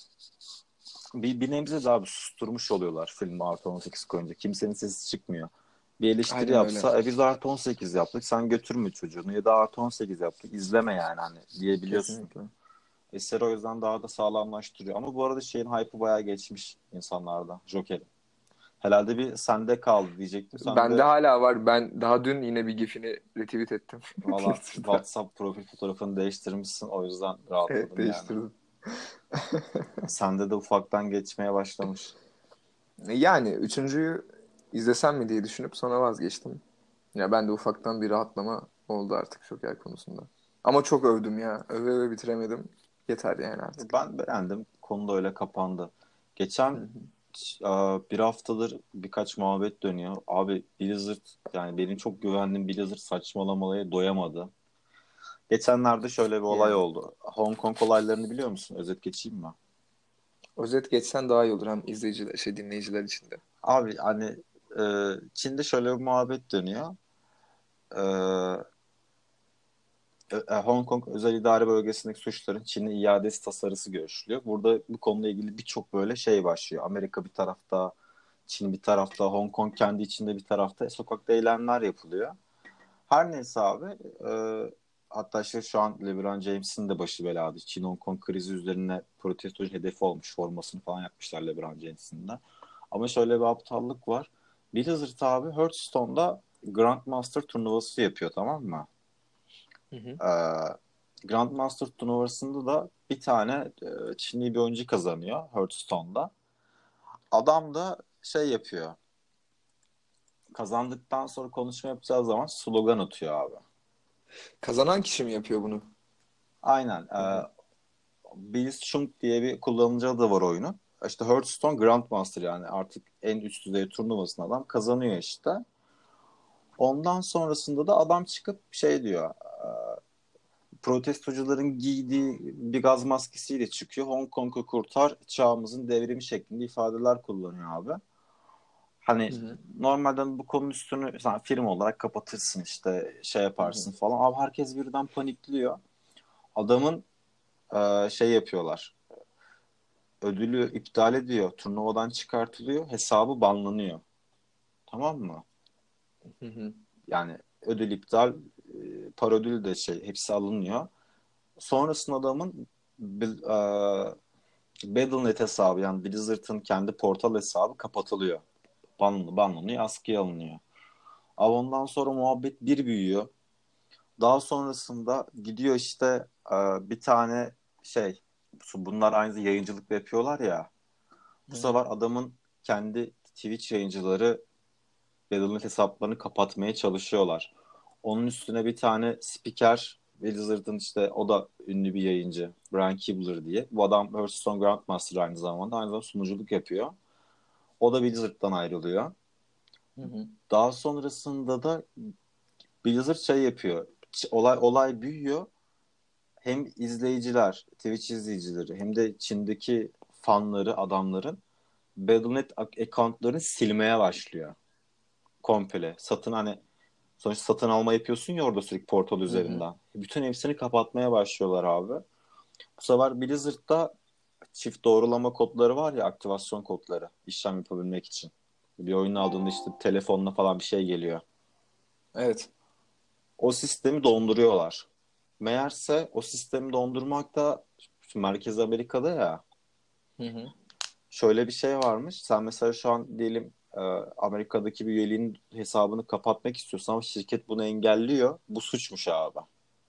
Bir nebze daha bir susturmuş oluyorlar filmi artı 18 koyunca. Kimsenin sesi çıkmıyor. Bir eleştiri Aynen öyle. yapsa biz artı 18 yaptık sen götürme çocuğunu ya da artı 18 yaptık izleme yani hani diyebiliyorsun. Kesinlikle. Eseri o yüzden daha da sağlamlaştırıyor. Ama bu arada şeyin hype'ı bayağı geçmiş insanlarda. Joker'in. Herhalde bir sende kaldı diyecektim. Sen Bende de hala var. Ben daha dün yine bir gifini retweet ettim. valla Twitter'da. WhatsApp profil fotoğrafını değiştirmişsin. O yüzden Evet, rahatladım yani. değiştirdim. Sende de ufaktan geçmeye başlamış. Yani üçüncüyü izlesem mi diye düşünüp sonra vazgeçtim. Ya ben de ufaktan bir rahatlama oldu artık Joker konusunda. Ama çok övdüm ya. Öve öve bitiremedim. Yeter yani artık. Ben beğendim. Konu da öyle kapandı. Hı Geçen hı. bir haftadır birkaç muhabbet dönüyor. Abi Blizzard, yani benim çok güvendiğim Blizzard saçmalamaya doyamadı. Geçenlerde şöyle bir olay Yani. oldu. Hong Kong olaylarını biliyor musun? Özet geçeyim mi? Özet geçsen daha iyi olur hem izleyiciler, dinleyiciler için de. Abi hani Çin'de şöyle bir muhabbet dönüyor. E, Hong Kong Özel İdare Bölgesi'ndeki suçların Çin'e iadesi tasarısı görüşülüyor. Burada bu konuyla ilgili birçok böyle şey başlıyor. Amerika bir tarafta, Çin bir tarafta, Hong Kong kendi içinde bir tarafta sokakta eylemler yapılıyor. Her neyse abi, e, hatta işte şu an LeBron James'in de başı belada. Çin-Hong Kong krizi üzerine protestocu hedefi olmuş. Formasını falan yapmışlar LeBron James'in de. Ama şöyle bir aptallık var. Blizzard abi Hearthstone'da Grandmaster turnuvası yapıyor, tamam mı? Hı hı. Ee, Grandmaster turnuvasında da bir tane Çinli bir oyuncu kazanıyor Hearthstone'da. Adam da şey yapıyor. Kazandıktan sonra konuşma yapacağı zaman slogan atıyor abi. Kazanan kişi mi yapıyor bunu? Aynen. Hı hı. Bills Chung diye bir kullanıcı adı var oyunun. İşte Hearthstone Grandmaster, yani artık en üst düzey turnuvasını adam kazanıyor işte. Ondan sonrasında da adam çıkıp şey diyor. Protestocuların giydiği bir gaz maskesiyle çıkıyor. Hong Kong'u kurtar, çağımızın devrimi şeklinde ifadeler kullanıyor abi. Hani Hı hı. normalden bu konunun üstünü sen film olarak kapatırsın işte şey Hı hı. yaparsın falan. Abi herkes birden panikliyor. Adamın şey yapıyorlar. Ödülü iptal ediyor. Turnuvadan çıkartılıyor. Hesabı banlanıyor. Tamam mı? Hı hı. Yani ödül iptal, para ödülü de şey hepsi alınıyor. Sonrasında adamın Battle.net hesabı, yani Blizzard'ın kendi portal hesabı kapatılıyor. Banlanıyor, askıya alınıyor. Ama ondan sonra muhabbet bir büyüyor. Daha sonrasında gidiyor işte bir tane şey, bunlar aynı zamanda yayıncılık da yapıyorlar ya. Bu Hı hı. sefer adamın kendi Twitch yayıncıları Battle.net hesaplarını kapatmaya çalışıyorlar. Onun üstüne bir tane spiker, Blizzard'ın işte o da ünlü bir yayıncı, Brian Kibler diye. Bu adam Hearthstone Grandmaster aynı zamanda. Aynı zamanda sunuculuk yapıyor. O da Blizzard'dan ayrılıyor. Hı hı. Daha sonrasında da Blizzard şey yapıyor. Olay büyüyor. Hem izleyiciler, Twitch izleyicileri hem de Çin'deki fanları, adamların Battle.net accountlarını silmeye başlıyor. Komple. Sonuçta satın alma yapıyorsun ya orada sürekli portal Hı hı. üzerinden. Bütün hepsini kapatmaya başlıyorlar abi. Bu sefer Blizzard'da çift doğrulama kodları var ya, aktivasyon kodları işlem yapabilmek için. Bir oyun aldığında işte telefonla falan bir şey geliyor. Evet. O sistemi donduruyorlar. Meğerse o sistemi dondurmak da Merkez Amerika'da ya, Hı hı. şöyle bir şey varmış. Sen mesela şu an diyelim Amerika'daki bir üyeliğin hesabını kapatmak istiyorsan ama şirket bunu engelliyor. Bu suçmuş abi.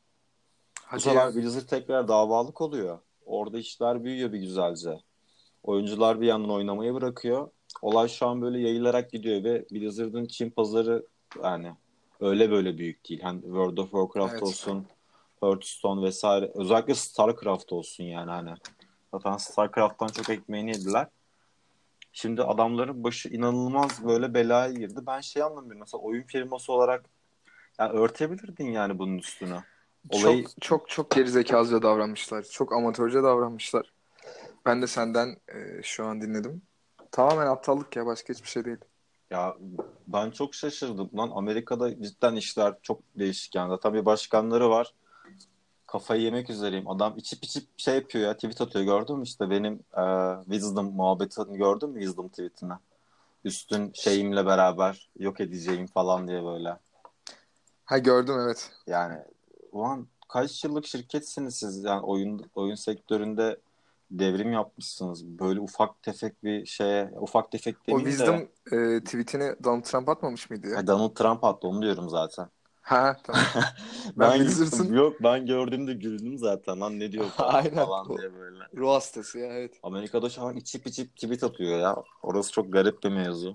Bu Hadi sefer ya. Blizzard tekrar davalık oluyor. Orada işler büyüyor bir güzelce. Oyuncular bir yandan oynamayı bırakıyor. Olay şu an böyle yayılarak gidiyor ve Blizzard'ın Çin pazarı yani öyle böyle büyük değil. Hani World of Warcraft Evet. olsun, Hearthstone vesaire. Özellikle StarCraft olsun yani hani. Zaten StarCraft'tan çok ekmeğini yediler. Şimdi adamların başı inanılmaz böyle belaya girdi. Ben şey anlamıyorum. Mesela oyun firması olarak ya örtebilirdin yani bunun üstüne. Çok Olayı çok çok gerizekalıca davranmışlar. Çok amatörce davranmışlar. Ben de senden şu an dinledim. Tamamen aptallık ya, başka hiçbir şey değil. ya ben çok şaşırdım. Lan Amerika'da cidden işler çok değişik yani. Tabii başkanları var. Kafayı yemek üzereyim. Adam içip içip şey yapıyor ya, tweet atıyor, gördün mü işte benim Wisdom muhabbetini gördün mü, Wisdom tweetini? Üstün şeyimle beraber yok edeceğim falan diye böyle. Ha, gördüm, evet. Yani ulan kaç yıllık şirketsiniz siz yani oyun sektöründe devrim yapmışsınız. Böyle ufak tefek bir şeye, ufak tefek O demeyeyim de Wisdom tweetini Donald Trump atmamış mıydı ya? Donald Trump attı, onu diyorum zaten. Ha, tamam. Ben Ben Blizzard'ın yok, ben gördüğümde güldüm zaten, lan ne diyor bu adam aynen falan o diye böyle. ruh hastası ya, evet. Amerika'da şu an içip içip tweet atıyor ya. Orası çok garip bir mevzu.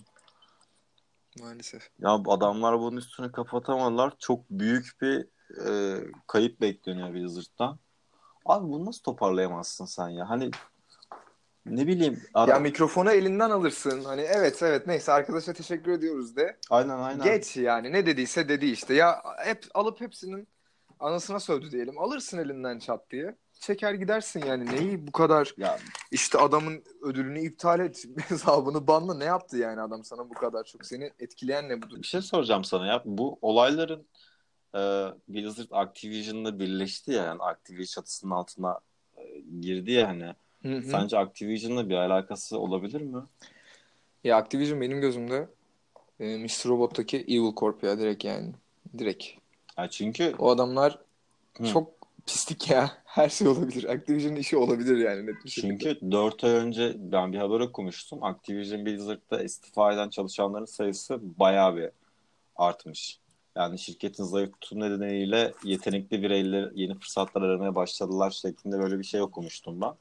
Maalesef. Ya bu adamlar bunun üstünü kapatamadılar. Çok büyük bir kayıp bekleniyor Blizzard'dan. Abi bunu nasıl toparlayamazsın sen ya? Hani ne bileyim Ya ara... mikrofonu elinden alırsın. Hani evet evet, neyse, arkadaşa teşekkür ediyoruz de. Aynen aynen. Geç yani, ne dediyse dedi işte. Ya hep alıp hepsinin anasına sövdü diyelim. Alırsın elinden çat diye. Çeker gidersin yani. Neyi bu kadar Ya işte adamın ödülünü iptal et, hesabını banla, ne yaptı yani adam sana bu kadar çok? Seni etkileyen ne bu bir durum? şey soracağım sana ya. Bu olayların Blizzard Activision'la birleşti ya, yani Activision çatısının altına girdi ya hani. Hı hı. Sence Activision'la bir alakası olabilir mi? Ya Activision benim gözümde Mr. Robot'taki Evil Corp ya, direkt yani. Direkt. Ya çünkü O adamlar hı, çok pislik ya. Her şey olabilir. Activision'ın işi olabilir yani, net bir şekilde. çünkü 4 ay önce ben bir haber okumuştum. Activision Blizzard'da istifa eden çalışanların sayısı bayağı bir artmış. Yani şirketin zayıf tutum nedeniyle yetenekli bireyler yeni fırsatlar aramaya başladılar şeklinde böyle bir şey okumuştum ben.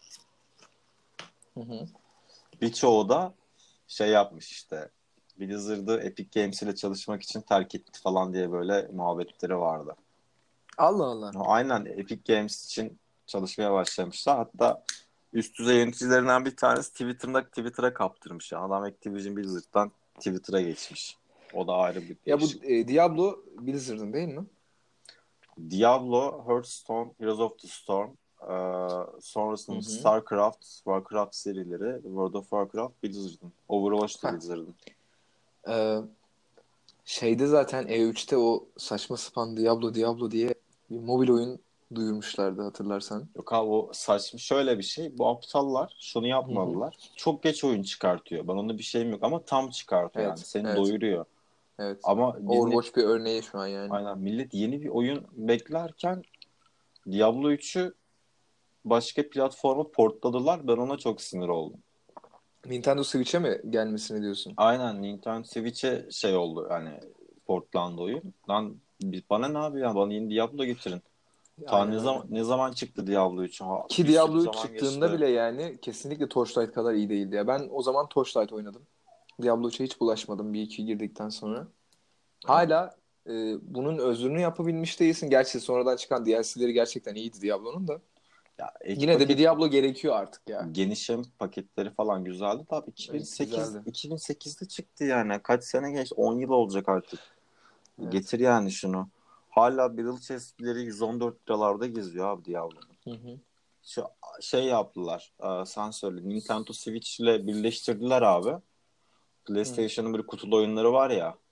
Hı hı. Birçoğu da şey yapmış işte, Blizzard'ı Epic Games ile çalışmak için terk etti falan diye böyle muhabbetleri vardı. Allah Allah. Aynen, Epic Games için çalışmaya başlamışlar. Hatta üst düzey yöneticilerinden bir tanesi Twitter'a kaptırmış. Yani adam Activision Blizzard'dan Twitter'a geçmiş. O da ayrı bir Ya bu değişik. Diablo Blizzard'ın değil mi? Diablo, Hearthstone, Heroes of the Storm, Hı sonrasında hı. StarCraft, Warcraft serileri, World of Warcraft Blizzard'ın, Overwatch da Heh. Blizzard'ın. Ee, Şeyde zaten E3'te o saçma sapan Diablo diye bir mobil oyun duyurmuşlardı, hatırlarsan. Yok abi, o saçma şöyle bir şey. Bu aptallar şunu Hı hı. yapmalılar. Çok geç oyun çıkartıyor. Ben onda bir şeyim yok ama tam çıkartıyor yani. Evet, Seni evet, doyuruyor. evet. Ama yeni, Overwatch bir örneği şu an yani. aynen, millet yeni bir oyun beklerken Diablo 3'ü başka platforma portladılar. Ben ona çok sinir oldum. Nintendo Switch'e mi gelmesini diyorsun? Aynen, Nintendo Switch'e şey oldu yani, portlandı oyun. Lan bana ne abi ya, bana yeni Diablo getirin. Ta Aynen öyle. ne zaman çıktı Diablo 3? Ha, Ki bir sürü Diablo 3 zaman çıktığında geçti. bile yani kesinlikle Torchlight kadar iyi değildi ya. Ben o zaman Torchlight oynadım. Diablo 3'e hiç bulaşmadım bir iki girdikten sonra. Ya, Hala bunun özrünü yapabilmiş değilsin. Gerçi sonradan çıkan DLC'leri gerçekten iyiydi Diablo'nun da. ek Yine de bir paket Diablo gerekiyor artık ya. genişlem paketleri falan güzeldi. Tabii Evet, 2008 güzeldi. 2008'de çıktı yani. Kaç sene geçti? 10 yıl olacak artık. Evet. Getir yani şunu. Hala Battle Chest'leri 114 liralarda geziyor abi Diablo'nun. Hı hı. Şu şey yaptılar. Sen söyle. Nintendo Switch ile birleştirdiler abi. Hı. PlayStation'ın böyle kutulu oyunları var ya.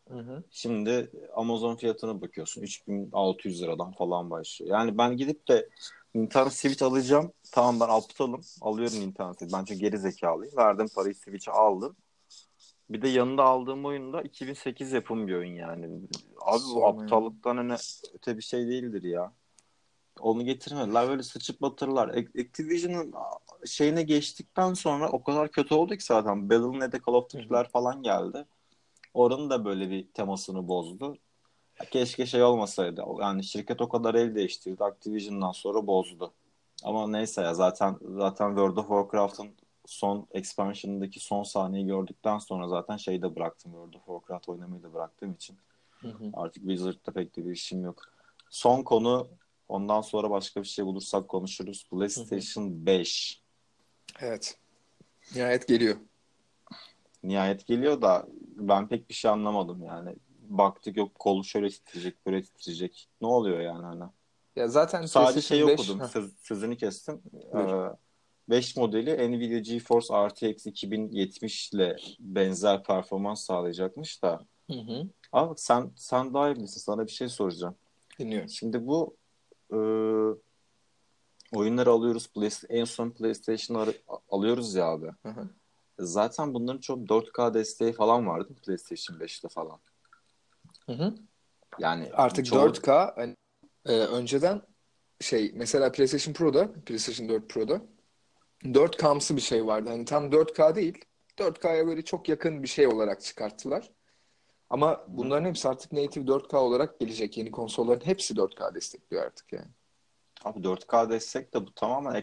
Hı hı. Şimdi Amazon fiyatına bakıyorsun. 3600 liradan falan başlıyor. Yani ben gidip de Nintendo Switch alacağım. Tamam, ben aptalım. Alıyorum Nintendo Switch. Ben çok geri zekalıyım. Verdim parayı, Switch'e aldım. Bir de yanında aldığım oyun da 2008 yapım bir oyun yani. Abi bu Sorma ya. aptallıktan hani öte bir şey değildir ya. Onu getirmediler. Böyle sıçıp batırırlar. Activision'ın şeyine geçtikten sonra o kadar kötü oldu ki zaten. Battle.net'e Call of Hı hı. Duty'ler falan geldi. Oranın da böyle bir temasını bozdu. Keşke şey olmasaydı. Yani şirket o kadar el değiştirdi. Activision'dan sonra bozdu. Ama neyse ya, zaten World of Warcraft'ın son expansion'ındaki son sahneyi gördükten sonra zaten şeyi de bıraktım. World of Warcraft oynamayı da bıraktığım için Hı hı. artık Blizzard'da pek de bir işim yok. Son konu, ondan sonra başka bir şey bulursak konuşuruz. Hı hı. PlayStation 5 Evet. Nihayet geliyor. nihayet geliyor da ben pek bir şey anlamadım yani. Baktık, yok kolu şöyle titreyecek, böyle titreyecek. Ne oluyor yani hani? Ya zaten Sadece PlayStation şeyi 5 okudum. Sözünü kestim. buyur. 5 modeli Nvidia GeForce RTX 2070 ile benzer performans sağlayacakmış da. Hı hı. Abi sen daha iyi bilirsin. Sana bir şey soracağım. Dinliyorum. Şimdi bu e, oyunları alıyoruz. En son PlayStation'ı alıyoruz ya abi. Hı hı. Zaten bunların çok 4K desteği falan vardı PlayStation 5'te falan. Hı hı. Yani Artık çoğu. 4K hani, önceden şey mesela PlayStation 4 Pro'da 4K'msı bir şey vardı. Hani tam 4K değil. 4K'ya böyle çok yakın bir şey olarak çıkarttılar. Ama Hı hı. bunların hepsi artık native 4K olarak gelecek. Yeni konsolların hepsi 4K destekliyor artık yani. Abi 4K destek de bu tamamen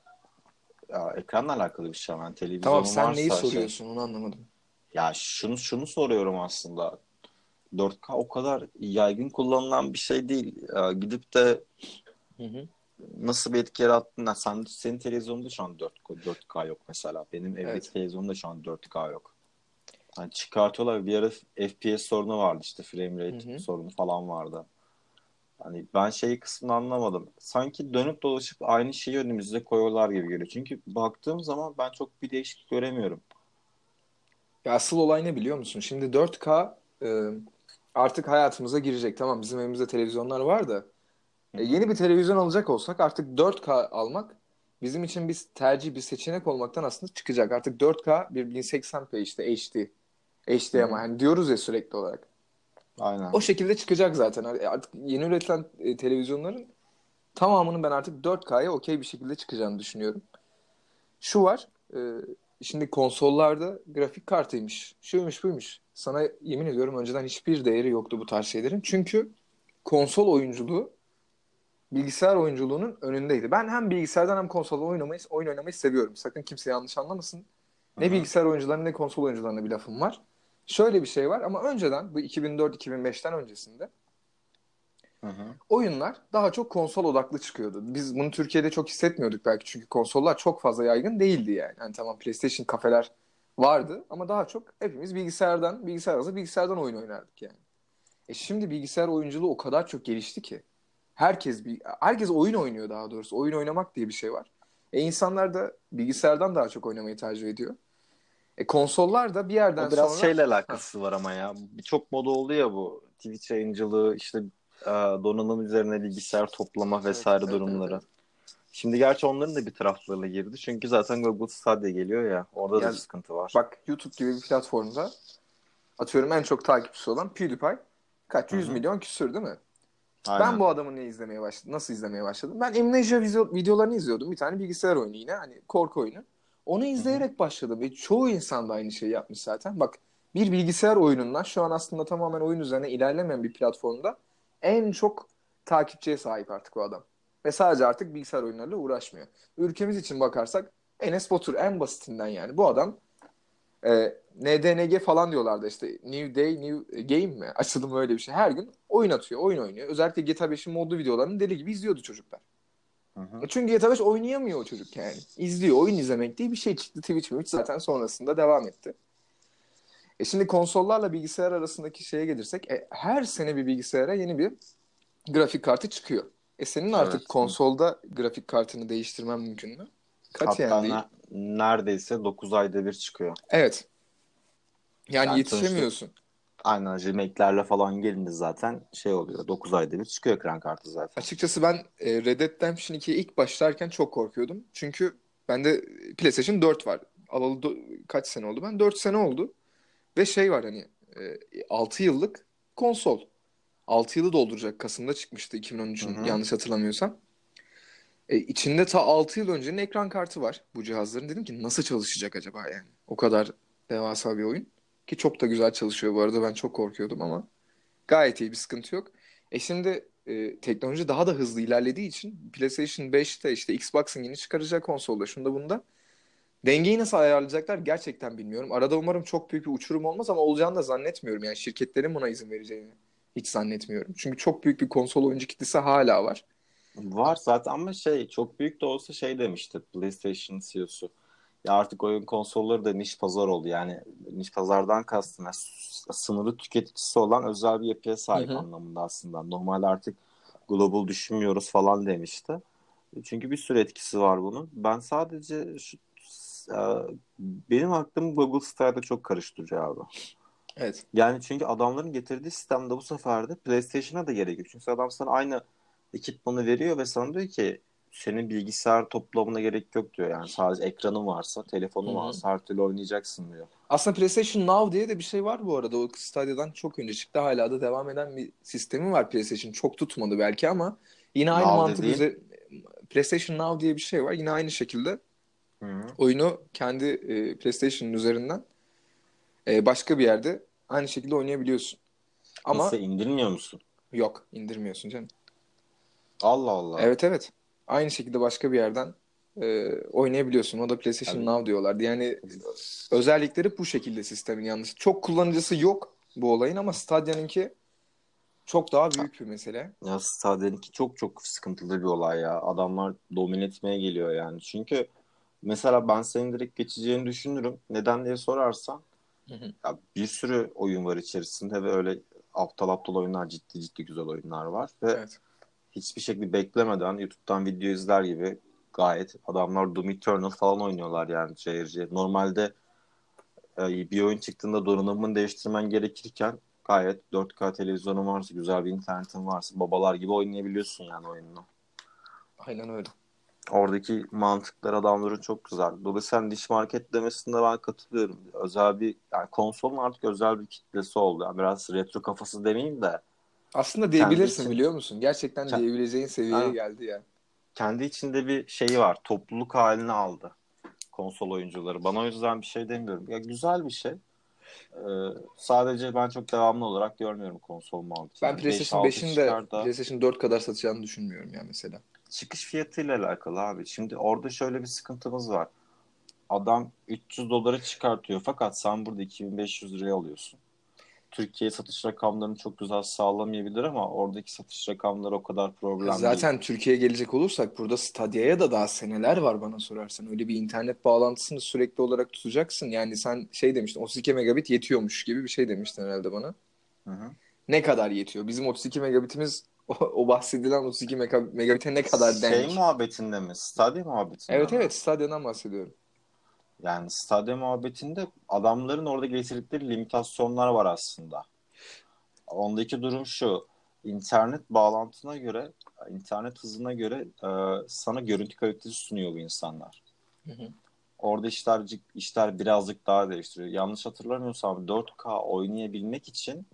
ekranla alakalı bir şey. Yani Tamam televizyonun sen neyi varsa şey. soruyorsun onu anlamadım. Ya şunu soruyorum aslında. 4K o kadar yaygın kullanılan bir şey değil. Gidip de Hı hı. nasıl bir etki yarattığında, senin televizyonda şu an 4K yok mesela. Benim evdeki Evet. televizyonda şu an 4K yok. Hani çıkartıyorlar, bir ara FPS sorunu vardı, işte frame Hı rate hı. sorunu falan vardı. Hani ben şeyi kısmını anlamadım. Sanki dönüp dolaşıp aynı şeyi önümüze koyuyorlar gibi geliyor. Çünkü baktığım zaman ben çok bir değişiklik göremiyorum. Ya asıl olay ne biliyor musun? Şimdi 4K artık hayatımıza girecek. Tamam bizim evimizde televizyonlar var da Hı hı. yeni bir televizyon alacak olsak artık 4K almak bizim için bir tercih, bir seçenek olmaktan aslında çıkacak. Artık 4K bir 1080p işte HD. Hı HDMI. hı. Hani diyoruz ya sürekli olarak. Aynen. O şekilde çıkacak zaten. Artık yeni üretilen televizyonların tamamının ben artık 4K'ya okey bir şekilde çıkacağını düşünüyorum. Şu var. Şimdi konsollarda grafik kartıymış. Şuymuş buymuş. Sana yemin ediyorum önceden hiçbir değeri yoktu bu tarz şeylerin. Çünkü konsol oyunculuğu bilgisayar oyunculuğunun önündeydi. Ben hem bilgisayardan hem konsolda oyun oynamayı seviyorum. Sakın kimse yanlış anlamasın. Hı Ne hı. bilgisayar oyuncularına ne konsol oyuncularına bir lafım var. Şöyle bir şey var ama önceden bu 2004-2005'ten öncesinde Hı hı. oyunlar daha çok konsol odaklı çıkıyordu. Biz bunu Türkiye'de çok hissetmiyorduk belki çünkü konsollar çok fazla yaygın değildi yani. Hani tamam PlayStation kafeler vardı ama daha çok hepimiz bilgisayardan oyun oynardık yani. Şimdi bilgisayar oyunculuğu o kadar çok gelişti ki herkes oyun oynuyor daha doğrusu. Oyun oynamak diye bir şey var. İnsanlar da bilgisayardan daha çok oynamayı tercih ediyor. Konsollar da bir yerden O biraz sonra şeyle alakası var ama ya. Birçok moda oldu ya bu. Twitch yayıncılığı, işte donanım üzerine bilgisayar toplama evet vesaire evet evet durumları. evet. Şimdi gerçi onların da bir taraflarıyla girdi. Çünkü zaten Google Stadia geliyor ya. Orada da bir Ya sıkıntı var. bak YouTube gibi bir platformda atıyorum en çok takipçisi olan PewDiePie kaç Hı 100 hı. milyon küsür değil mi? Ben Aynen. bu adamı ne izlemeye başladım? Nasıl izlemeye başladım? Ben Amnesia videolarını izliyordum. Bir tane bilgisayar oyunu yine hani korku oyunu. Onu Hı hı. izleyerek başladım. Çoğu insan da aynı şeyi yapmış zaten. Bak bir bilgisayar oyunundan şu an aslında tamamen oyun üzerine ilerlemeyen bir platformda en çok takipçiye sahip artık bu adam. Ve sadece artık bilgisayar oyunlarıyla uğraşmıyor. Ülkemiz için bakarsak Enes Batur en basitinden yani. Bu adam NDNG falan diyorlardı işte. New Day, New Game mi? Açılımı öyle bir şey. Her gün oyun atıyor, oyun oynuyor. Özellikle GTA 5'in modlu videolarını deli gibi izliyordu çocuklar. Hı hı. Çünkü GTA 5 oynayamıyor o çocuk yani. İzliyor. Oyun izlemek diye bir şey çıktı. Twitch zaten sonrasında devam etti. Şimdi konsollarla bilgisayar arasındaki şeye gelirsek her sene bir bilgisayara yeni bir grafik kartı çıkıyor. Senin artık Evet. konsolda grafik kartını değiştirmen mümkün mü? Hatta Katiyen değil. neredeyse 9 ayda bir çıkıyor. Evet. Yani Yani sonuçta yetişemiyorsun. Aynen remake'lerle falan gelince zaten şey oluyor. 9 ayda bir çıkıyor ekran kartı zaten. Açıkçası ben Red Dead Redemption 2'ye ilk başlarken çok korkuyordum. Çünkü bende PlayStation 4 var. Alalı kaç sene oldu? Ben 4 sene oldu. Ve şey var hani 6 yıllık konsol. 6 yılı dolduracak. Kasım'da çıkmıştı Hı 2013'ün hı. yanlış hatırlamıyorsam. İçinde ta 6 yıl öncenin ekran kartı var bu cihazların. Dedim ki nasıl çalışacak acaba yani? O kadar devasa bir oyun. Ki çok da güzel çalışıyor bu arada. Ben çok korkuyordum ama gayet iyi, bir sıkıntı yok. Şimdi teknoloji daha da hızlı ilerlediği için PlayStation 5'te işte Xbox'ın yeni çıkaracağı konsolda şunda bunda dengeyi nasıl ayarlayacaklar gerçekten bilmiyorum. Arada umarım çok büyük bir uçurum olmaz ama olacağını da zannetmiyorum. Yani şirketlerin buna izin vereceğini hiç zannetmiyorum. Çünkü çok büyük bir konsol oyuncu kitlesi hala var. Var zaten ama şey çok büyük de olsa şey demişti PlayStation CEO'su. Ya artık oyun konsolları da niş pazar oldu. Yani niş pazardan kastım. Yani sınırlı tüketicisi olan özel bir yapıya Hı sahip hı. anlamında aslında. Normalde artık global düşünmüyoruz falan demişti. Çünkü bir sürü etkisi var bunun. Ben sadece e, benim aklım Google Stadia çok karıştırıyor abi. Evet. Yani çünkü adamların getirdiği sistemde bu sefer de PlayStation'a da gerek yok. Çünkü adam sana aynı ekipmanı veriyor ve sana diyor ki senin bilgisayar toplamına gerek yok diyor. Yani sadece ekranın varsa, Hı telefonun hı. varsa her türlü oynayacaksın diyor. Aslında PlayStation Now diye de bir şey var bu arada. O Stadia'dan çok önce çıktı. Hala da devam eden bir sistemi var PlayStation. Çok tutmadı belki ama yine aynı Now mantık dediğin üzere PlayStation Now diye bir şey var. Yine aynı şekilde hı, oyunu kendi PlayStation'ın üzerinden başka bir yerde aynı şekilde oynayabiliyorsun. nasıl Ama indirmiyor musun? yok, indirmiyorsun canım. Allah Allah. Evet, evet. Aynı şekilde başka bir yerden oynayabiliyorsun. O da PlayStation Abi, Now diyorlardı. Yani özellikleri bu şekilde sistemin yalnız. Çok kullanıcısı yok bu olayın ama Stadia'nınki çok daha büyük bir mesele. ya Stadia'nınki çok çok sıkıntılı bir olay ya. Adamlar domine etmeye geliyor yani. Çünkü mesela ben senin direkt geçeceğini düşünürüm. Neden diye sorarsan Hı hı. ya bir sürü oyun var içerisinde ve öyle aptal aptal oyunlar, ciddi ciddi güzel oyunlar var ve Evet. hiçbir şekilde beklemeden YouTube'dan video izler gibi gayet adamlar Doom Eternal falan oynuyorlar yani cayır cayır. Normalde bir oyun çıktığında donanımını değiştirmen gerekirken gayet 4K televizyonun varsa, güzel bir internetin varsa babalar gibi oynayabiliyorsun yani oyununu. Aynen öyle. Oradaki mantıklar adamların çok güzel. Dolayısıyla niş market demesinde ben katılıyorum. Özel bir yani konsolun artık özel bir kitlesi oldu. Yani biraz retro kafası demeyeyim de Aslında kendi diyebilirsin, için biliyor musun? Gerçekten ke- diyebileceğin seviyeye ha, geldi yani. kendi içinde bir şeyi var. Topluluk halini aldı konsol oyuncuları. Bana o yüzden bir şey demiyorum. Ya güzel bir şey. Sadece ben çok devamlı olarak görmüyorum konsol Ben muhabbetini. Beş PlayStation altı 5'in de çıkar da PlayStation 4 kadar satacağını düşünmüyorum ya mesela. çıkış fiyatıyla alakalı abi. Şimdi orada şöyle bir sıkıntımız var. Adam 300 dolara çıkartıyor fakat sen burada 2500 liraya alıyorsun. Türkiye satış rakamlarını çok güzel sağlamayabilir ama oradaki satış rakamları o kadar problem değil. Zaten Türkiye'ye gelecek olursak burada Stadia'ya da daha seneler var bana sorarsan. Öyle bir internet bağlantısını sürekli olarak tutacaksın. Yani sen şey demiştin, 32 megabit yetiyormuş gibi bir şey demiştin herhalde bana. Hı hı. Ne kadar yetiyor? Bizim 32 megabitimiz o bahsedilen 32 megabite ne kadar Şey denk? muhabbetinde mi? Stadia muhabbetinde Evet, mi? evet, Stadia'dan bahsediyorum. Yani Stadia muhabbetinde adamların orada getirdikleri limitasyonlar var aslında. Ondaki durum şu. İnternet bağlantına göre, internet hızına göre sana görüntü kalitesi sunuyor bu insanlar. Hı hı. Orada işler birazcık daha değiştiriyor. Yanlış hatırlamıyorsam 4K oynayabilmek için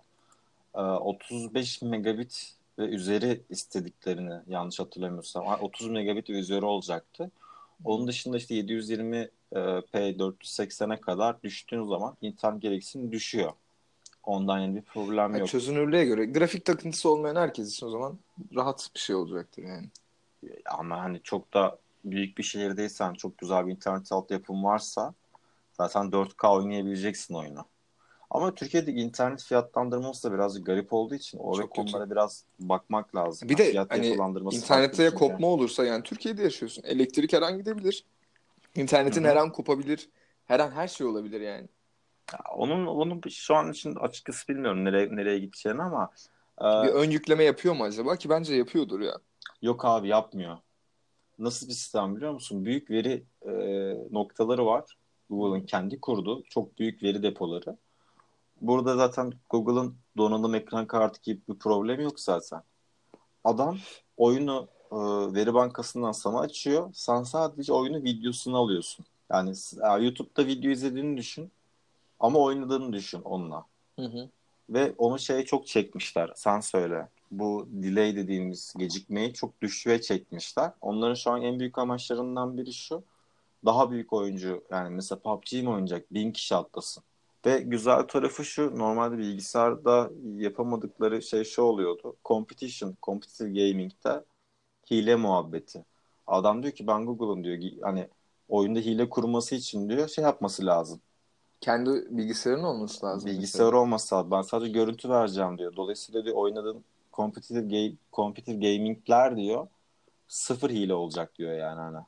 35 megabit ve üzeri istediklerini yanlış hatırlamıyorsam 30 megabit ve üzeri olacaktı. Hı hı. Onun dışında işte 720p 480'e kadar düştüğün zaman internet gereksinimi düşüyor. Ondan yani bir problem Ha, yok. çözünürlüğe göre grafik takıntısı olmayan herkes için o zaman rahat bir şey olacaktır yani. Ama hani çok da büyük bir şehirdeysen, çok güzel bir internet altyapın varsa zaten 4K oynayabileceksin oyunu. Ama Türkiye'deki internet fiyatlandırması da birazcık garip olduğu için o Çok kötü. konulara biraz bakmak lazım. Bir Yani de fiyat hani yapılandırması farklı internette çünkü. kopma olursa, yani Türkiye'de yaşıyorsun. Elektrik her an gidebilir. Hı İnternetin her hı. an kopabilir. Her an her şey olabilir yani. Ya onun şu an için açıkçası bilmiyorum nereye gideceğini ama e, Bir ön yükleme yapıyor mu acaba? Ki bence yapıyordur ya. yok abi yapmıyor. Nasıl bir sistem biliyor musun? Büyük veri noktaları var. Hı Google'ın hı. kendi kurduğu çok büyük veri depoları. burada zaten Google'ın donanım ekran kartı gibi bir problem yok zaten. Adam oyunu veri bankasından sana açıyor. Sen sadece oyunu videosunu alıyorsun. Yani YouTube'da video izlediğini düşün ama oynadığını düşün onunla. Hı hı. Ve onu çok çekmişler. Sen söyle. Bu delay dediğimiz gecikmeyi çok düşüğe çekmişler. Onların şu an en büyük amaçlarından biri şu. Daha büyük oyuncu yani mesela PUBG mi oynayacak? 1000 kişi atlasın. Ve güzel tarafı şu. Normalde bilgisayarda yapamadıkları şey şu oluyordu. Competitive gaming'de hile muhabbeti. Adam diyor ki ben Google'um diyor. Hani oyunda hile kurması için diyor yapması lazım. Kendi bilgisayarın olması lazım Bilgisayar mesela. olmasa ben sadece görüntü vereceğim diyor. Dolayısıyla diyor oynadığın competitive gaming'ler diyor sıfır hile olacak diyor yani hani.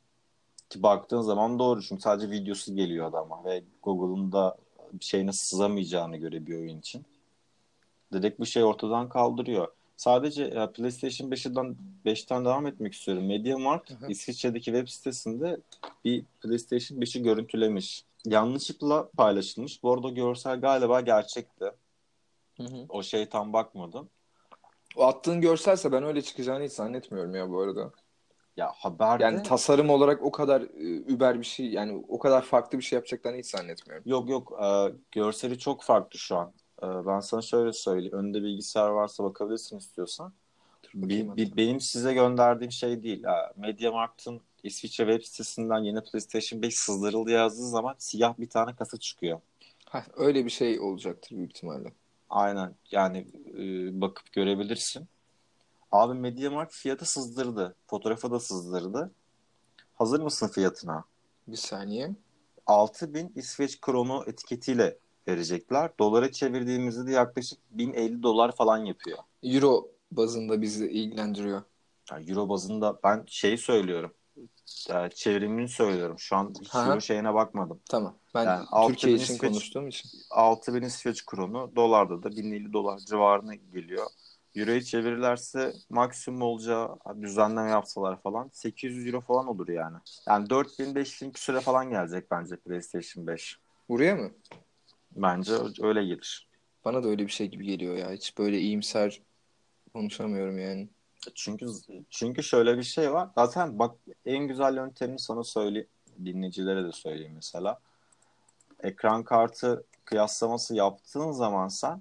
Ki baktığın zaman doğru çünkü sadece videosu geliyor adama ve Google'un da bir şeyine sızamayacağını göre bir oyun için. Direkt bu ortadan kaldırıyor. Sadece PlayStation 5'ten devam etmek istiyorum. MediaMarkt Hı hı. İsviçre'deki web sitesinde bir PlayStation 5'i görüntülemiş. Yanlışlıkla paylaşılmış. Bu arada görsel galiba gerçekti. Hı hı. O tam bakmadım. O attığın görselse ben öyle çıkacağını hiç zannetmiyorum ya bu arada. Ya Yani haberde tasarım olarak o kadar über bir şey, yani o kadar farklı bir şey yapacaklarını hiç zannetmiyorum. yok yok, görseli çok farklı şu an. Ben sana şöyle söyleyeyim. Önünde bilgisayar varsa bakabilirsin istiyorsan. Dur bakayım hatta. Benim size gönderdiğim şey değil. MediaMarkt'ın İsviçre web sitesinden yeni PlayStation 5 sızdırıldı yazdığı zaman siyah bir tane kasa çıkıyor. Heh, öyle bir şey olacaktır büyük ihtimalle. Aynen yani bakıp görebilirsin. Abi MediaMarkt fiyatı sızdırdı. Fotoğrafı da sızdırdı. Hazır mısın fiyatına? Bir saniye. 6.000 İsveç kronu etiketiyle verecekler. Dolara çevirdiğimizde de yaklaşık 1050 dolar falan yapıyor. Euro bazında bizi ilgilendiriyor. Yani Euro bazında ben söylüyorum. Çevrimini söylüyorum. Şu an Ha hiç Euro ha, şeyine bakmadım. tamam. Ben Yani Türkiye için konuştuğum için. 6000 İsveç kronu, dolarda da 1050 dolar civarına geliyor. Euro'yu çevirirlerse maksimum olacağı düzenleme yapsalar falan 800 euro falan olur yani. Yani 4000-5000 küsüre falan gelecek bence PlayStation 5. Buraya mı? Bence öyle gelir. Bana da öyle bir şey gibi geliyor ya. Hiç böyle iyimser konuşamıyorum yani. Çünkü çünkü şöyle bir şey var. Zaten bak en güzel yöntemini sana söyleyeyim. Dinleyicilere de söyleyeyim mesela. Ekran kartı kıyaslaması yaptığın zaman sen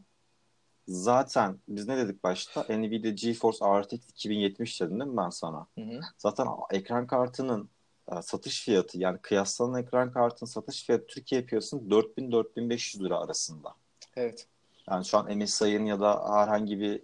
zaten biz ne dedik başta? Nvidia GeForce RTX 2070 dedim değil mi ben sana? Hı hı. Zaten ekran kartının satış fiyatı yani kıyaslanan ekran kartının satış fiyatı Türkiye piyasasının 4000-4500 lira arasında. Evet. Yani şu an MSI'ın ya da herhangi bir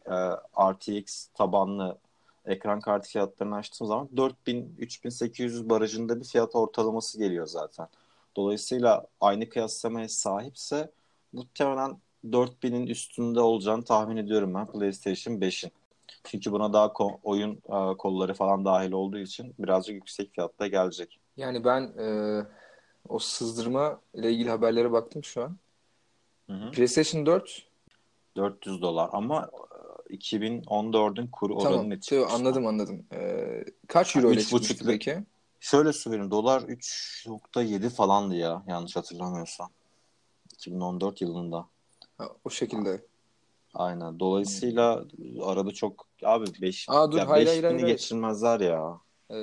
RTX tabanlı ekran kartı fiyatlarını açtığım zaman 4000-3800 barajında bir fiyat ortalaması geliyor zaten. Dolayısıyla aynı kıyaslamaya sahipse muhtemelen 4000'in üstünde olacağını tahmin ediyorum ben PlayStation 5'in. Çünkü buna daha oyun kolları falan dahil olduğu için birazcık yüksek fiyatta gelecek. Yani ben o sızdırma ile ilgili haberlere baktım şu an. Hı hı. PlayStation 4, 400 dolar ama 2014'ün kuru tamam. oranıyla Tamam, çıkmıştı. anladım anladım. Kaç euro ile Üç çıkmıştı buçuk peki? Şöyle söyleyeyim dolar 3.7 falandı ya yanlış hatırlamıyorsam. 2014 yılında. Ha, o şekilde. Aynen. Hmm. Dolayısıyla arada çok abi 5 Aa dur, ya hayır hayır hayır 5000'i hayır. geçirmezler ya.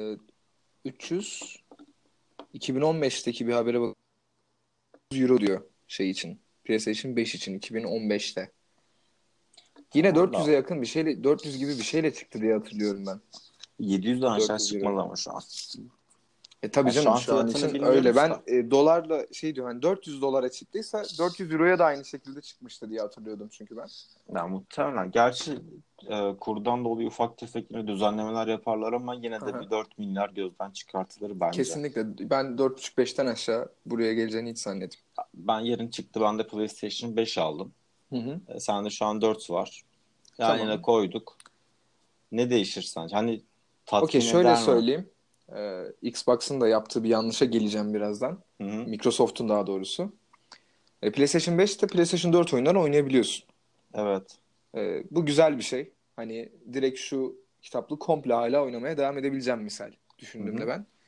300, 2015'teki bir habere bak. 100 euro diyor şey için. PlayStation 5 için 2015'te. Yine Tamam 400'e da yakın bir şeyle, 400 gibi bir şeyle çıktı diye hatırlıyorum ben. 700'den aşağı 400 çıkmaz euroya. ama şu an. Tabii Yani şu canım, an şu an fiyatını için öyle. bilmiyoruz Ben da. dolarla şey diyor, hani 400 dolara çıktıysa 400 euroya da aynı şekilde çıkmıştı diye hatırlıyordum çünkü ben. Yani muhtemelen. Gerçi kurdan dolayı ufak tefek yine düzenlemeler yaparlar ama yine de bir Aha. 4 milyar gözden çıkartılır bence. Kesinlikle. Ben 4,5-5'ten aşağı buraya geleceğini hiç zannetmiyorum. Ben yarın çıktı ben de PlayStation 5 aldım. Hı hı. Sende şu an 4 var. Yan yana Tamam. koyduk. Ne değişir sence? Hani Okey, tatmin şöyle eder mi? söyleyeyim. Xbox'ın da yaptığı bir yanlışa geleceğim birazdan. Hı hı. Microsoft'un daha doğrusu. PlayStation 5'te PlayStation 4 oyunları oynayabiliyorsun. Evet. Bu güzel bir şey. Hani direkt şu kitaplık komple hala oynamaya devam edebileceğim misal Hı düşündüğümde hı. ben.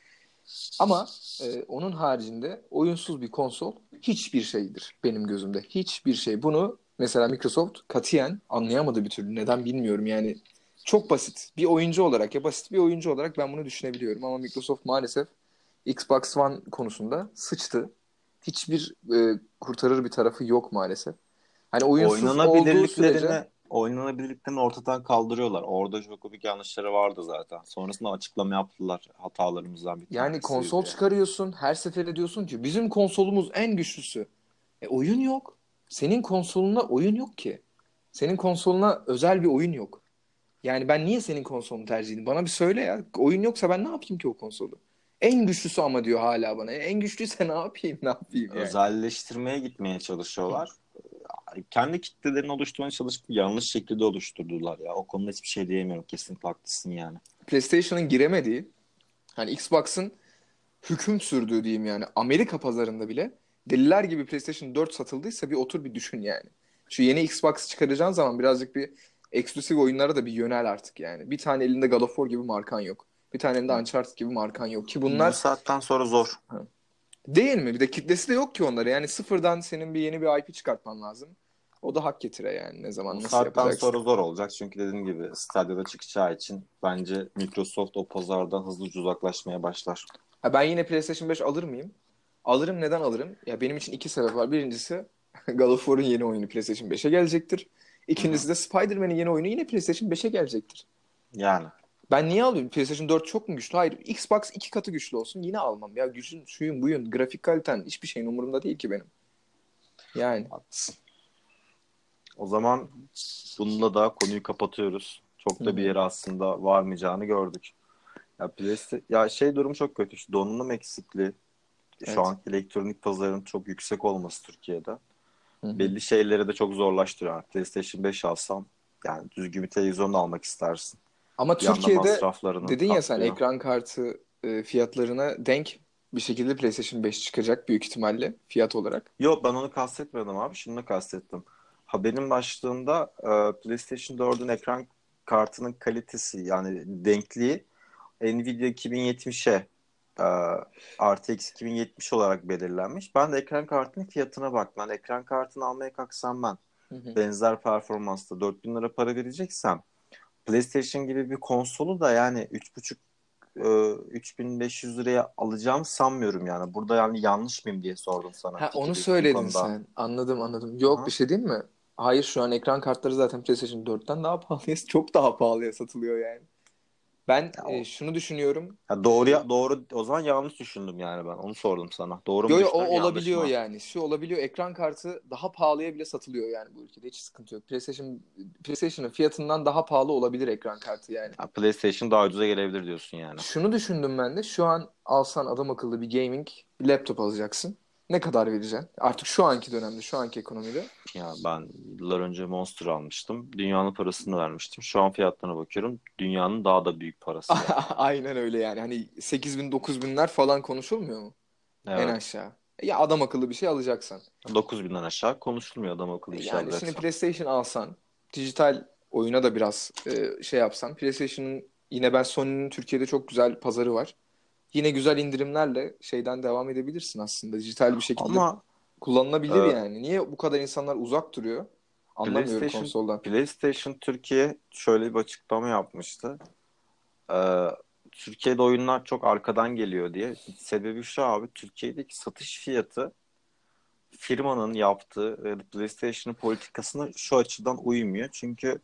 Ama onun haricinde oyunsuz bir konsol hiçbir şeydir benim gözümde. Hiçbir şey. Bunu mesela Microsoft katiyen anlayamadı bir türlü. Neden bilmiyorum yani. Çok basit. Bir oyuncu olarak ya basit bir oyuncu olarak ben bunu düşünebiliyorum. Ama Microsoft maalesef Xbox One konusunda sıçtı. Hiçbir kurtarır bir tarafı yok maalesef. Hani oyunsuz olduğu sürece oynanabilirliklerini ortadan kaldırıyorlar. Orada Djokovic yanlışları vardı zaten. Sonrasında açıklama yaptılar. Hatalarımızdan bir yani tanesi konsol diye. çıkarıyorsun. Her seferinde diyorsun ki bizim konsolumuz en güçlüsü. Oyun yok. Senin konsolunda oyun yok ki. Senin konsoluna özel bir oyun yok. Yani ben niye senin konsolunu tercih edeyim? Bana bir söyle ya. Oyun yoksa ben ne yapayım ki o konsolu? En güçlüsü ama diyor hala bana. En güçlüyse ne yapayım? Ne yapayım yani? Özelleştirmeye gitmeye çalışıyorlar. Kendi kitlelerini oluşturmaya çalışıp yanlış şekilde oluşturdular ya. O konuda hiçbir şey diyemiyorum. Kesinlikle haklısın yani. PlayStation'ın giremediği, hani Xbox'ın hüküm sürdüğü diyeyim yani Amerika pazarında bile deliler gibi PlayStation 4 satıldıysa bir otur bir düşün yani. Şu yeni Xbox çıkaracağın zaman birazcık bir eksklusif oyunlara da bir yönel artık yani. Bir tane elinde God of War gibi markan yok. Bir tane elinde Uncharted gibi markan yok ki Bu bunlar saatten sonra zor. değil mi? Bir de kitlesi de yok ki onları. Yani sıfırdan senin bir yeni bir IP çıkartman lazım. O da hak getire yani ne Bu zaman nasıl saatten yapacaksın? sonra zor olacak. Çünkü dediğim gibi Stadio'da çıkacağı için bence Microsoft o pazardan hızlıca uzaklaşmaya başlar. Ha, ben yine PlayStation 5 alır mıyım? Alırım, neden alırım? Ya benim için iki sebep var. Birincisi God of War'un yeni oyunu PlayStation 5'e gelecektir. Hı hı. İkincisi de Spider-Man'in yeni oyunu yine PlayStation 5'e gelecektir. Yani. Ben niye alıyorum? PlayStation 4 çok mu güçlü? Hayır. Xbox iki katı güçlü olsun yine almam. Ya gücün, şuyun, buyun, grafik kaliten hiçbir şeyin umurumda değil ki benim. Yani. Haklısın. O zaman bununla da konuyu kapatıyoruz. Çok Hı da bir hı. yere aslında varmayacağını gördük. Ya şey durum çok kötü. İşte donanım eksikliği. Şu Evet. anki elektronik pazarın çok yüksek olması Türkiye'de. Hı hı. Belli şeyleri de çok zorlaştırıyor. Yani PlayStation 5 alsam yani düzgün bir televizyon da almak istersin. Ama Bir anda Türkiye'de masraflarını dedin ya sen katlıyor. ekran kartı fiyatlarına denk bir şekilde PlayStation 5 çıkacak büyük ihtimalle fiyat olarak. Yok, ben onu kastetmedim abi. Şunu kastettim. Haberin başlığında PlayStation 4'ün ekran kartının kalitesi yani denkliği Nvidia 2070'e e, RTX 2070 olarak belirlenmiş. Ben de ekran kartının fiyatına baktım. Ben ekran kartını almaya kalksam ben Hı hı. benzer performansta 4.000 lira para vereceksem PlayStation gibi bir konsolu da yani 3.5 3500 liraya alacağım sanmıyorum yani. Burada yani yanlış mıyım diye sordum sana Ha, onu fikir bu söyledin konuda. sen. Anladım, anladım. Yok, bir Aha. şey diyeyim mi? Hayır, şu an ekran kartları zaten PlayStation 4'ten daha pahalıya, çok daha pahalıya satılıyor yani. Ben Ya, o- şunu düşünüyorum. doğru o zaman yanlış düşündüm yani ben. Onu sordum sana. Doğru mu Yo yo, o düşündüm yanlış olabiliyor mı? yani. Şu olabiliyor. Ekran kartı daha pahalıya bile satılıyor yani bu ülkede. Hiç sıkıntı yok. PlayStation'ın fiyatından daha pahalı olabilir ekran kartı yani. Ya, PlayStation daha ucuza gelebilir diyorsun yani. Şunu düşündüm ben de. Şu an alsan adam akıllı bir gaming bir laptop alacaksın. Ne kadar vereceksin? Artık şu anki dönemde, şu anki ekonomide. Ya ben yıllar önce Monster almıştım. Dünyanın parasını vermiştim. Şu an fiyatlarına bakıyorum. Dünyanın daha da büyük parası yani. Aynen öyle yani. Hani 8.000 9.000'ler falan konuşulmuyor mu? En Evet. aşağı. Ya adam akıllı bir şey alacaksan. 9.000'den aşağı konuşulmuyor adam akıllı bir şey Yani şimdi alacaksan. PlayStation alsan, dijital oyuna da biraz şey yapsan. PlayStation'ın yine ben Sony'nin Türkiye'de çok güzel pazarı var. Yine güzel indirimlerle şeyden devam edebilirsin aslında. Dijital bir şekilde Ama kullanılabilir e, yani. Niye bu kadar insanlar uzak duruyor? Anlamıyorum PlayStation konsoldan. PlayStation Türkiye şöyle bir açıklama yapmıştı. Ee, Türkiye'de oyunlar çok arkadan geliyor diye. Sebebi şu abi, Türkiye'deki satış fiyatı firmanın yaptığı PlayStation'ın politikasına şu açıdan uymuyor. Çünkü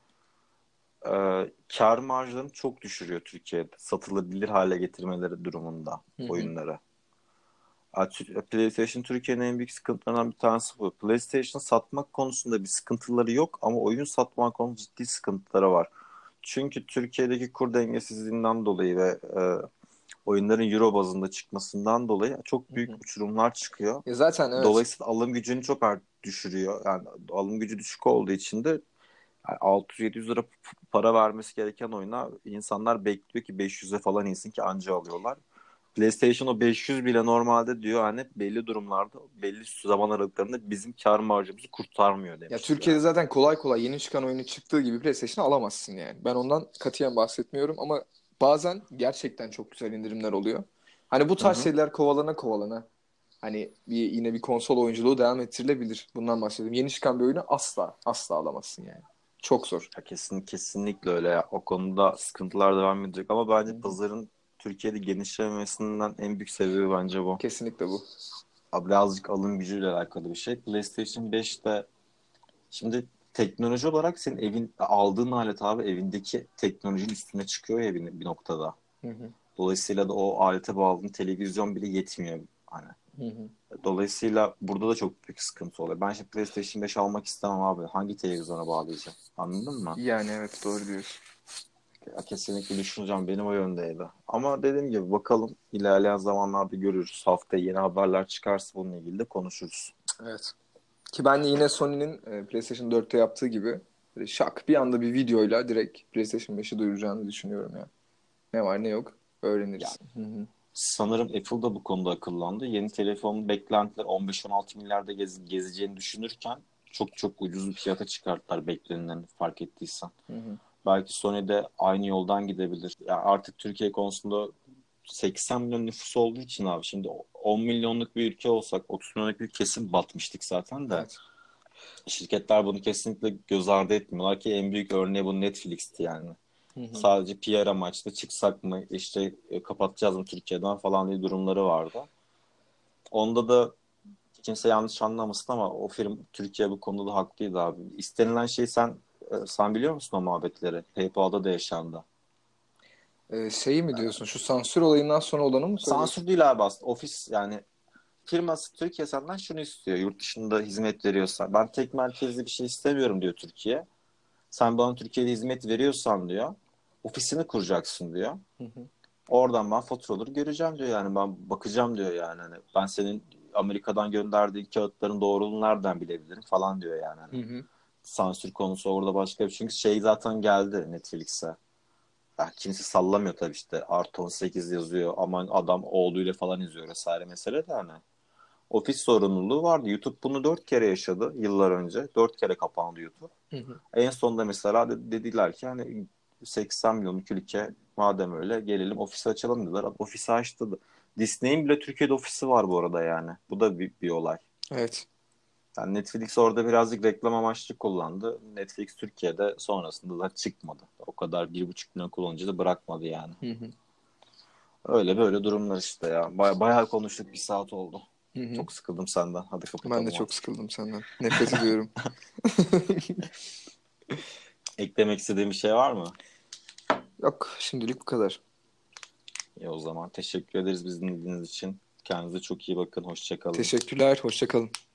kar marjlarını çok düşürüyor Türkiye'de. Satılabilir hale getirmeleri durumunda Hı hı. oyunları. PlayStation Türkiye'nin en büyük sıkıntılarından bir tanesi bu. PlayStation satmak konusunda bir sıkıntıları yok ama oyun satmak konusunda ciddi sıkıntıları var. Çünkü Türkiye'deki kur dengesizliğinden dolayı ve oyunların euro bazında çıkmasından dolayı çok Hı hı. büyük uçurumlar çıkıyor. Ya zaten evet. Dolayısıyla alım gücünü çok düşürüyor. Yani alım gücü düşük olduğu için de yani 600-700 lira para vermesi gereken oyuna insanlar bekliyor ki 500'e falan insin ki anca alıyorlar. PlayStation o 500 bile normalde diyor hani belli durumlarda belli zaman aralıklarında bizim kar marjımızı kurtarmıyor Ya demişti Türkiye'de yani. zaten kolay kolay yeni çıkan oyunu çıktığı gibi PlayStation'ı alamazsın yani. Ben ondan katiyen bahsetmiyorum ama bazen gerçekten çok güzel indirimler oluyor. Hani bu Hı tarz hı. şeyler kovalana kovalana hani yine bir konsol oyunculuğu devam ettirilebilir. Bundan bahsediyorum. Yeni çıkan bir oyunu asla alamazsın yani. Çok zor. Ya kesinlikle öyle ya. O konuda sıkıntılar devam edecek ama Hı bence hı. pazarın Türkiye'de genişlememesinden en büyük sebebi bence bu. Kesinlikle bu. Abi birazcık alım gücüyle alakalı bir şey. PlayStation 5'te şimdi teknoloji olarak senin evin aldığın alet abi evindeki teknolojinin üstüne çıkıyor ya bir noktada. Hı hı. Dolayısıyla da o alete bağladığın televizyon bile yetmiyor hani. Hı hı. Dolayısıyla burada da çok büyük sıkıntı oluyor. Ben şimdi PlayStation 5 almak istemem abi. Hangi televizyona bağlayacağım? Anladın mı? Yani evet, doğru diyorsun. Ya kesinlikle düşüneceğim. Benim o yöndeydi. Ama dediğim gibi bakalım ilerleyen zamanlarda görürüz. Haftaya yeni haberler çıkarsa bununla ilgili de konuşuruz. Evet. Ki ben de yine Sony'nin PlayStation 4'te yaptığı gibi böyle şak bir anda bir videoyla direkt PlayStation 5'i duyuracağını düşünüyorum ya. Ne var ne yok Ya öğreniriz. Hı hı. sanırım Apple da bu konuda akıllandı. Yeni telefonun beklentiler 15-16 milyarda gezeceğini düşünürken çok ucuz bir fiyata çıkarttılar beklenileni fark ettiysen. Hı hı. Belki Sony de aynı yoldan gidebilir. Ya artık Türkiye konusunda 80 milyon nüfus olduğu için abi şimdi 10 milyonluk bir ülke olsak 30 milyonluk bir kesim batmıştık zaten de. Evet. Şirketler bunu kesinlikle göz ardı etmiyorlar ki en büyük örneği bu Netflix'ti yani. Hı hı. Sadece PR amaçlı çıksak mı işte kapatacağız mı Türkiye'den falan diye durumları vardı. Onda da kimse yanlış anlamasın ama o film Türkiye bu konuda da haklıydı abi. İstenilen şey sen biliyor musun o muhabbetleri? PayPal'da da yaşandı. Şeyi mi diyorsun? Şu sansür olayından sonra olanı mı söylüyorsun? Sansür değil abi aslında. Ofis yani firması Türkiye senden şunu istiyor. Yurt dışında hizmet veriyorsa. Ben tek merkezli bir şey istemiyorum diyor Türkiye. Sen bana Türkiye'de hizmet veriyorsan diyor. Ofisini kuracaksın diyor. Hı hı. Oradan ben faturaları göreceğim diyor yani. Ben bakacağım diyor yani. Hani ben senin Amerika'dan gönderdiğin kağıtların doğruluğunu nereden bilebilirim falan diyor yani. Hani Hı hı. sansür konusu orada başka bir şey. Çünkü şey zaten geldi Netflix'e. Ya kimse sallamıyor tabii işte. Artı 18 yazıyor. Aman adam oğluyla falan izliyor vesaire mesele de hani. Ofis sorumluluğu vardı. YouTube bunu 4 kere yaşadı yıllar önce. 4 kere kapandı YouTube. Hı hı. En sonunda mesela dediler ki hani 80 milyonluk ülke madem öyle gelelim ofisi açalım dediler. Ofisi açtı. Disney'in bile Türkiye'de ofisi var bu arada yani. Bu da bir olay. Evet. Yani Netflix orada birazcık reklam amaçlı kullandı. Netflix Türkiye'de sonrasında da çıkmadı. O kadar 1,5 milyon kullanıcı da bırakmadı yani. Hı hı. Öyle böyle durumlar işte ya. Bayağı konuştuk 1 saat oldu. Hı hı. Çok sıkıldım senden. Hadi Ben de kapatalım çok artık. sıkıldım senden. Nefret ediyorum. Eklemek istediğim bir şey var mı? Yok, şimdilik bu kadar. İyi o zaman teşekkür ederiz bizi dinlediğiniz için. Kendinize çok iyi bakın. Hoşça kalın. Teşekkürler. Hoşça kalın.